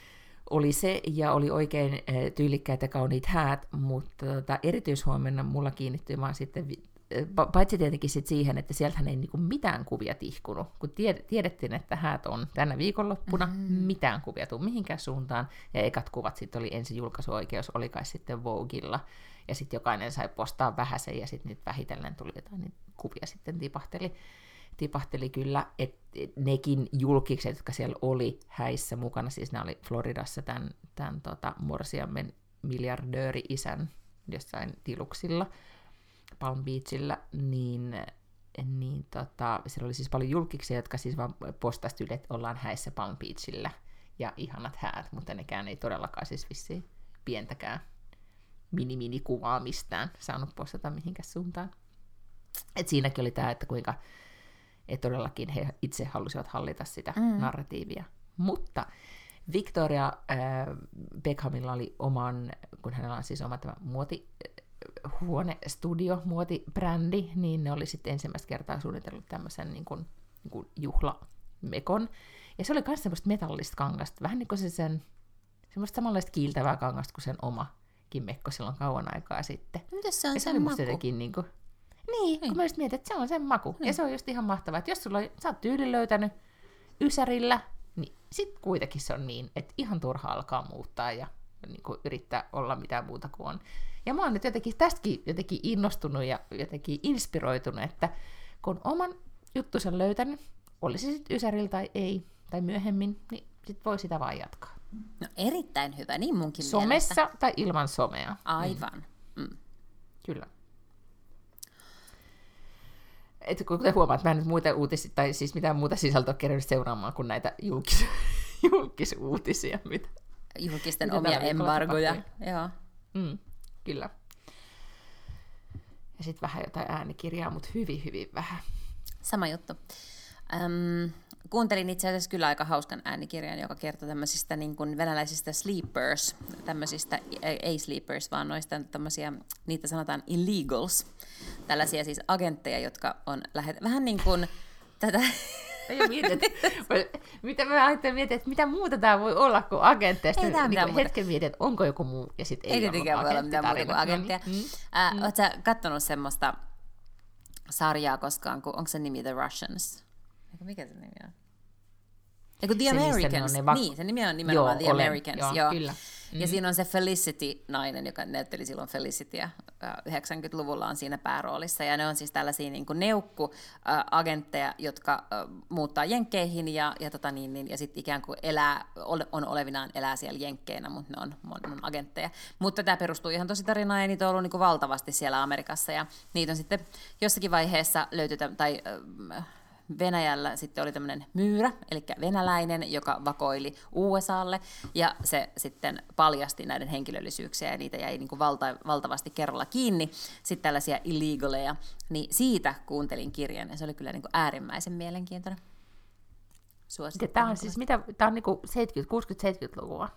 oli se, ja oli oikein tyylikkäitä kauniit häät, mutta tota, erityishuomenna mulla kiinnittyi vaan sitten, paitsi tietenkin sit siihen, että sieltähän ei niinku mitään kuvia tihkunut, kun tiedettiin, että häät on tänä viikonloppuna, mm-hmm. mitään kuvia tuu mihinkään suuntaan, ja ekat kuvat sitten oli ensi julkaisuoikeus, oli kai sitten Voguella, ja sitten jokainen sai postaa vähäsen, ja sitten nyt vähitellen tuli jotain, niin kuvia sitten tipahteli. tipahteli kyllä, että et nekin julkikset, jotka siellä oli häissä mukana, siis ne oli Floridassa tämän, tämän tota, morsiammen miljardööri-isän jossain tiluksilla, Palm Beachillä, niin, niin tota, siellä oli siis paljon julkiksia, jotka siis vaan postasivat, että ollaan häissä Palm Beachillä, ja ihanat häät, mutta nekään ei todellakaan siis vissiin pientäkään mini-mini-kuvaa mistään saanut postata mihinkään suuntaan. Et siinäkin oli tämä, että kuinka että todellakin he itse halusivat hallita sitä mm. narratiivia. Mutta Victoria äh, Beckhamilla oli oman, kun hänellä on siis oma tämä muotihuonestudio, muotibrändi, niin ne oli sitten ensimmäistä kertaa suunnitellut tämmöisen niin kuin, niin kuin juhlamekon. Ja se oli myös semmoista metallista kangasta, vähän niin kuin se sen, semmoista samanlaista kiiltävää kangasta kuin sen omakin mekko silloin kauan aikaa sitten. Mitäs se on ja sen se maku? Niin, kuin, niin, kun mä just mietin, että se on sen maku. Niin. Ja se on just ihan mahtavaa, että jos sulla on, sä oot tyylin löytänyt ysärillä, niin sit kuitenkin se on niin, että ihan turha alkaa muuttaa ja niin kuin yrittää olla mitään muuta kuin on. Ja mä oon nyt jotenkin tästäkin jotenkin innostunut ja jotenkin inspiroitunut, että kun oman juttusen löytänyt, oli se sitten ysärillä tai ei, tai myöhemmin, niin sit voi sitä vaan jatkaa. No erittäin hyvä, niin munkin Somessa mielestä. tai ilman somea. Aivan. Mm. Mm. Kyllä. Et kuten huomaat, mä en nyt muita uutisia, tai siis mitään muuta sisältöä kerännyt seuraamaan kuin näitä julkis- julkisuutisia. Mitä, Julkisten mitä omia embargoja. Joo. Mm, kyllä. Ja sitten vähän jotain äänikirjaa, mutta hyvin, hyvin vähän. Sama juttu. Öm, kuuntelin itse asiassa kyllä aika hauskan äänikirjan, joka kertoo tämmöisistä niin kuin venäläisistä sleepers, tämmöisistä, ei sleepers, vaan noista tämmöisiä, niitä sanotaan illegals, tällaisia siis agentteja, jotka on lähet... vähän niin kuin tätä... Mietit, mitä mä ajattelin miettiä, että mitä muuta tämä voi olla kuin agentteista. Ei tämä niin hetken mietin, että onko joku muu, ja sitten ei, ei tietenkään voi olla mitään muuta kuin agentteja. Mm. Äh, mm. Oletko sä kattonut semmoista sarjaa koskaan, kun, onko se nimi The Russians? Mikä se nimi on? Eiku The se, Americans. Va- niin, se nimi on nimenomaan joo, The olen, Americans. Joo, joo. Kyllä. Ja mm. siinä on se Felicity-nainen, joka näytteli silloin Felicitya yhdeksänkymmentäluvulla on siinä pääroolissa. Ja ne on siis tällaisia niin kuin neukku-agentteja, jotka muuttaa jenkkeihin ja, ja, tota niin, niin, ja sitten ikään kuin elää, on olevinaan elää siellä jenkkeinä, mutta ne on, on, on agentteja. Mutta tämä perustuu ihan tosi tarinaan ja niitä on ollut niin kuin valtavasti siellä Amerikassa. Ja niitä on sitten jossakin vaiheessa löytytä, tai äh, Venäjällä sitten oli tämmöinen myyrä, eli venäläinen, joka vakoili U S A:lle, ja se sitten paljasti näiden henkilöllisyyksiä, ja niitä jäi niin kuin valta, valtavasti kerralla kiinni, sitten tällaisia illegaleja, niin siitä kuuntelin kirjan, ja se oli kyllä niin kuin äärimmäisen mielenkiintoinen. Tämä on siis, mitä, tämä on niin kuin seitsemänkymmentä, kuusikymmentä-seitsemänkymmentälukua?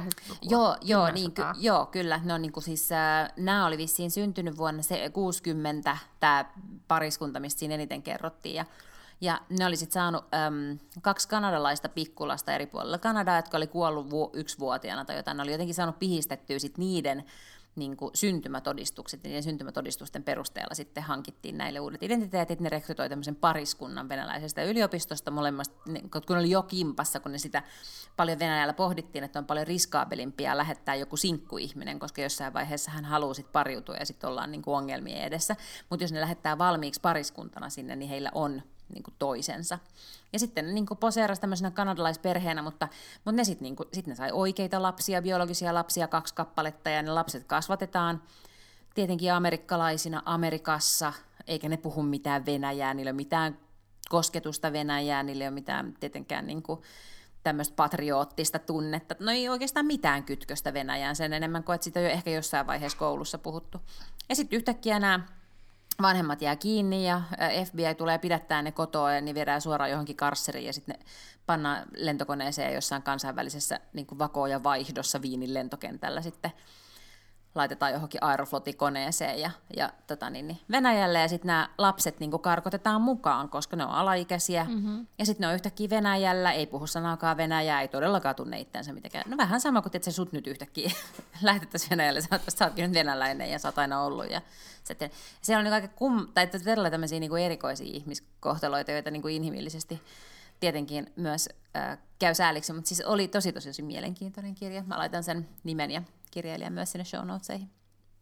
Joo, joo, niin, ky- joo, kyllä. Ne on niin kuin siis, äh, nämä oli vissiin syntynyt vuonna se, kuusikymmentä, tämä pariskunta, mistä siinä eniten kerrottiin, ja Ja ne oli sitten saanut äm, kaksi kanadalaista pikkulasta eri puolilla Kanadaa, jotka oli kuollut vu- yksivuotiaana tai jotain. Ne oli jotenkin saanut pihistettyä sit niiden niin kuin syntymätodistukset, ja niiden syntymätodistusten perusteella sitten hankittiin näille uudet identiteetit. Ne rekrytoi tämmöisen pariskunnan venäläisestä yliopistosta molemmasta, kun ne oli jo kimpassa, kun ne sitä paljon Venäjällä pohdittiin, että on paljon riskaabelimpia lähettää joku sinkkuihminen, koska jossain vaiheessa hän haluaa sitten pariutua ja sitten ollaan niin kuin ongelmien edessä. Mutta jos ne lähettää valmiiksi pariskuntana sinne, niin heillä on niin kuin toisensa. Ja sitten ne niin kuin poseerasi tämmöisenä kanadalaisperheenä, mutta, mutta ne sitten niin kuin, sit ne sai oikeita lapsia, biologisia lapsia, kaksi kappaletta, ja ne lapset kasvatetaan tietenkin amerikkalaisina Amerikassa, eikä ne puhu mitään venäjää, niillä ei ole mitään kosketusta Venäjää, niillä ei ole mitään tietenkään niin kuin tämmöistä patriootista tunnetta. No ei oikeastaan mitään kytköstä Venäjään sen enemmän kuin, että sitä on jo ehkä jossain vaiheessa koulussa puhuttu. Ja sitten yhtäkkiä nämä vanhemmat jää kiinni ja F B I tulee pidättää ne kotoa ja ne viedään suoraan johonkin karsseriin ja sitten ne pannaan lentokoneeseen jossain kansainvälisessä niin kuin vakoja vaihdossa Viinin lentokentällä sitten laitetaan johonkin aeroflotikoneeseen ja, ja tota niin, niin Venäjälle ja sitten nämä lapset niin kuin karkotetaan mukaan, koska ne on alaikäisiä mm-hmm. ja sitten ne on yhtäkkiä Venäjällä, ei puhu sanaakaan venäjää, ei todellakaan tunne itseänsä mitenkään. No vähän sama kuin, että se sut nyt yhtäkkiä lähetettäisiin Venäjälle, sä, sä ootkin nyt venäläinen ja sä oot aina ollut. Ja sitten, se on niin aika kum, tai todella tämmöisiä niin kuin erikoisia ihmiskohtaloita, joita niin kuin inhimillisesti tietenkin myös äh, käy sääliksi, mutta siis oli tosi tosi, tosi mielenkiintoinen kirja. Mä laitan sen nimen ja kirjailijan myös sinne show notesihin.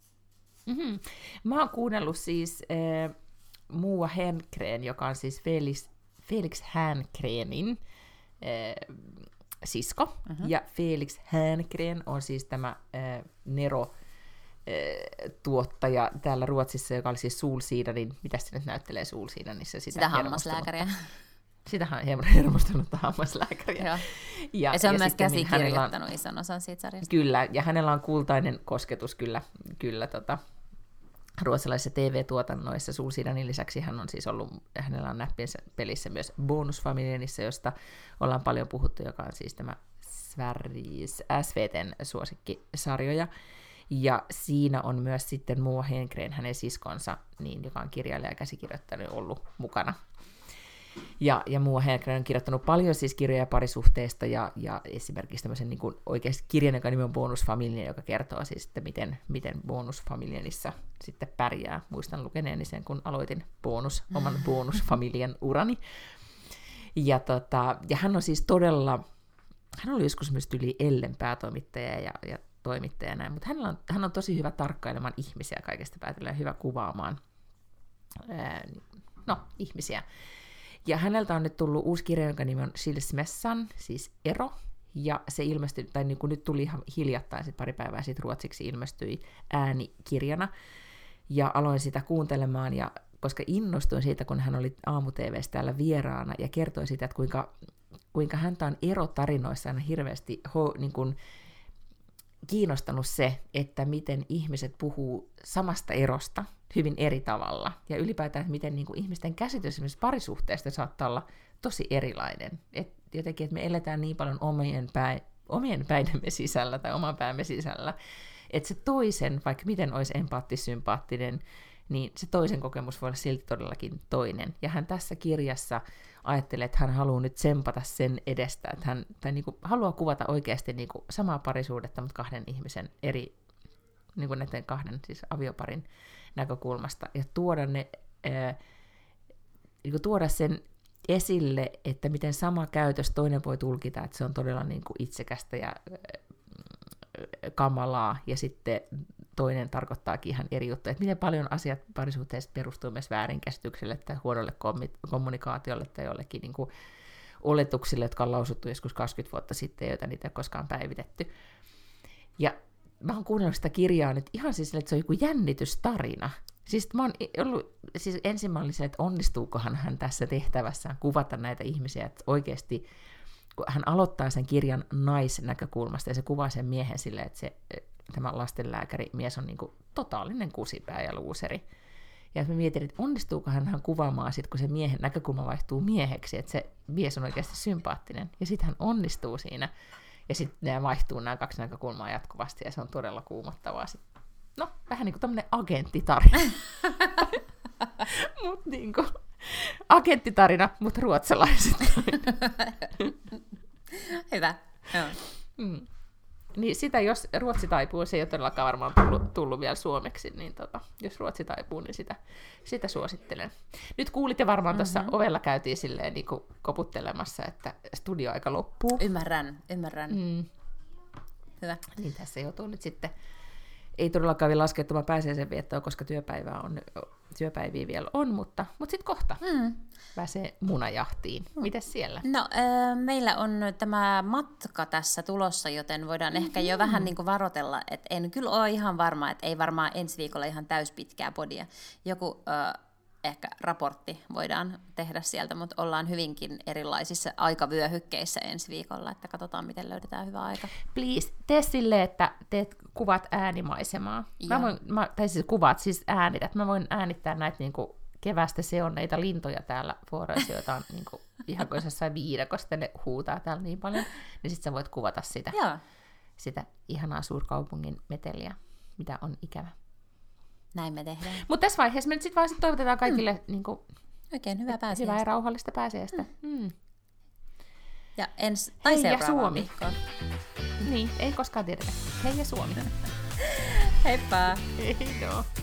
Mm-hmm. Mä oon kuunnellut siis äh, Moa Herngren, joka on siis Felix, Felix Herngrenin äh, sisko, mm-hmm. ja Felix Herngren on siis tämä äh, Nero tuottaja täällä Ruotsissa, joka oli siis Solsidanin, mitä se nyt näyttelee Solsidanissa? Sitä, sitä hammaslääkäriä. Sitä hermostunutta hammaslääkäriä. Ja, ja se on ja myös käsikirjoittanut on, ison osan siitä sarjasta. Kyllä, ja hänellä on kultainen kosketus kyllä, kyllä tota, ruotsalaisissa T V-tuotannoissa. Solsidanin lisäksi hän on siis ollut, hänellä on näppiensä pelissä myös Bonusfamilienissa, josta ollaan paljon puhuttu, joka on siis tämä Sveriges S V T:n suosikkisarjoja. Ja siinä on myös sitten Moa Herngren, hänen siskonsa, niin, joka on kirjailija ja käsikirjoittanut, ollut mukana. Ja, ja Moa Herngren on kirjoittanut paljon siis kirjoja parisuhteista, ja, ja esimerkiksi tämmöisen niin kuin oikeasti kirjan, joka nimi on Bonusfamilien, joka kertoo siis, että miten, miten Bonusfamilienissa sitten pärjää. Muistan lukeneeni sen, kun aloitin bonus, oman Bonusfamilien urani. Ja, tota, ja hän on siis todella, hän oli joskus myös yli Ellen päätoimittaja ja, ja toimittaja näin, mutta hänellä on, hän on tosi hyvä tarkkailemaan ihmisiä kaikesta päätellen ja hyvä kuvaamaan ää, no, ihmisiä. Ja häneltä on nyt tullut uusi kirja, jonka nimi on Skilsmässan, siis ero. Ja se ilmestyi, tai niin kuin nyt tuli ihan hiljattain, sit pari päivää sitten ruotsiksi ilmestyi äänikirjana. Ja aloin sitä kuuntelemaan, ja koska innostuin siitä, kun hän oli aamu-T V:ssä täällä vieraana, ja kertoi siitä, että kuinka, kuinka häntä on erotarinoissa aina hirveästi ho, niin kuin kiinnostanut se, että miten ihmiset puhuu samasta erosta hyvin eri tavalla. Ja ylipäätään, että miten niin kuin ihmisten käsitys esimerkiksi parisuhteesta saattaa olla tosi erilainen. Et jotenkin, että me eletään niin paljon omien, päin, omien päidemme sisällä tai oman päämme sisällä, että se toisen, vaikka miten olisi empaattis-sympaattinen, niin se toisen kokemus voi olla silti todellakin toinen. Ja hän tässä kirjassa ajattelee, että hän haluaa nyt tsempata sen edestä, että hän tai niin kuin haluaa kuvata oikeasti niin kuin samaa parisuudetta, mutta kahden ihmisen eri, niin kuin näiden kahden siis avioparin näkökulmasta, ja tuoda, ne, ää, niin kuin tuoda sen esille, että miten sama käytös toinen voi tulkita, että se on todella niin kuin itsekästä ja kamalaa, ja sitten toinen tarkoittaakin ihan eri juttuja, että miten paljon asiat parisuhteessa perustuu myös väärinkäsitykselle tai huonolle kommunikaatiolle tai jollekin niin kuin oletuksille, jotka on lausuttu joskus kaksikymmentä vuotta sitten, joita niitä ei koskaan päivitetty. Ja mä oon kuunnellut sitä kirjaa nyt ihan siis, että se on joku jännitystarina. Siis mä oon ollut, siis ensin mä olin se, että onnistuukohan hän tässä tehtävässään kuvata näitä ihmisiä, että oikeasti kun hän aloittaa sen kirjan naisnäkökulmasta ja se kuvaa sen miehen silleen, että se, tämä lastenlääkäri mies on niin kuin totaalinen kusipää ja luuseri. Ja mä mietin, että onnistuuko hän kuvaamaan sit, kun se miehen näkökulma vaihtuu mieheksi, että se mies on oikeasti sympaattinen. Ja sitten hän onnistuu siinä. Ja sitten ne vaihtuu nämä kaksi näkökulmaa jatkuvasti ja se on todella kuumottavaa. Sit. No, vähän niin kuin tämmöinen agenttitarina. Mut niin kuin agenttitarina, mutta ruotsalaiset. Hyvä. Joo. Mm. Niin sitä, jos Ruotsi taipuu, se ei ole todellakaan varmaan tullut, tullut vielä suomeksi, niin tota, jos Ruotsi taipuu, niin sitä, sitä suosittelen. Nyt kuulitte varmaan mm-hmm. tuossa ovella käytiin silleen niin kuin koputtelemassa, että studioaika loppuu. Ymmärrän, ymmärrän. Mm. Hyvä. Niin tässä joutuu nyt sitten, ei todellakaan vielä laskea, että mä pääsee sen viettoon, koska työpäivää on, työpäiviä vielä on, mutta, mutta sitten kohta mm. pääsee munajahtiin. Mm. Mites siellä? No, äh, meillä on tämä matka tässä tulossa, joten voidaan mm-hmm. ehkä jo vähän niin kuin varoitella, että en kyllä ole ihan varma, että ei varmaan ensi viikolla ihan täyspitkää podia. Joku äh, ehkä raportti voidaan tehdä sieltä, mutta ollaan hyvinkin erilaisissa aikavyöhykkeissä ensi viikolla, että katsotaan, miten löydetään hyvä aika. Please, tee silleen, että teet kuvat äänimaisemaa. Mä voin, mä, tai siis kuvat, siis äänität. Mä voin äänittää näitä niin kuin kevästä seonneita lintoja täällä vuoroissa, joita on niin kuin, ihan kuin jossain viidakossa, ne huutaa täällä niin paljon, niin sit sä voit kuvata sitä, sitä ihanaa suurkaupungin meteliä, mitä on ikävä. Näin me tehdään. Mutta tässä vaiheessa me nyt sitten vaan sit toivotetaan kaikille mm. niin kuin, oikein hyvää pääsiäistä. Hyvää ja rauhallista pääsiäistä. Mm. Mm. Ja ens, tai Hei ja Suomi. Viikkoon. Niin, ei koskaan tiedetä. Hei ja Suomi. Heippa! Hei no.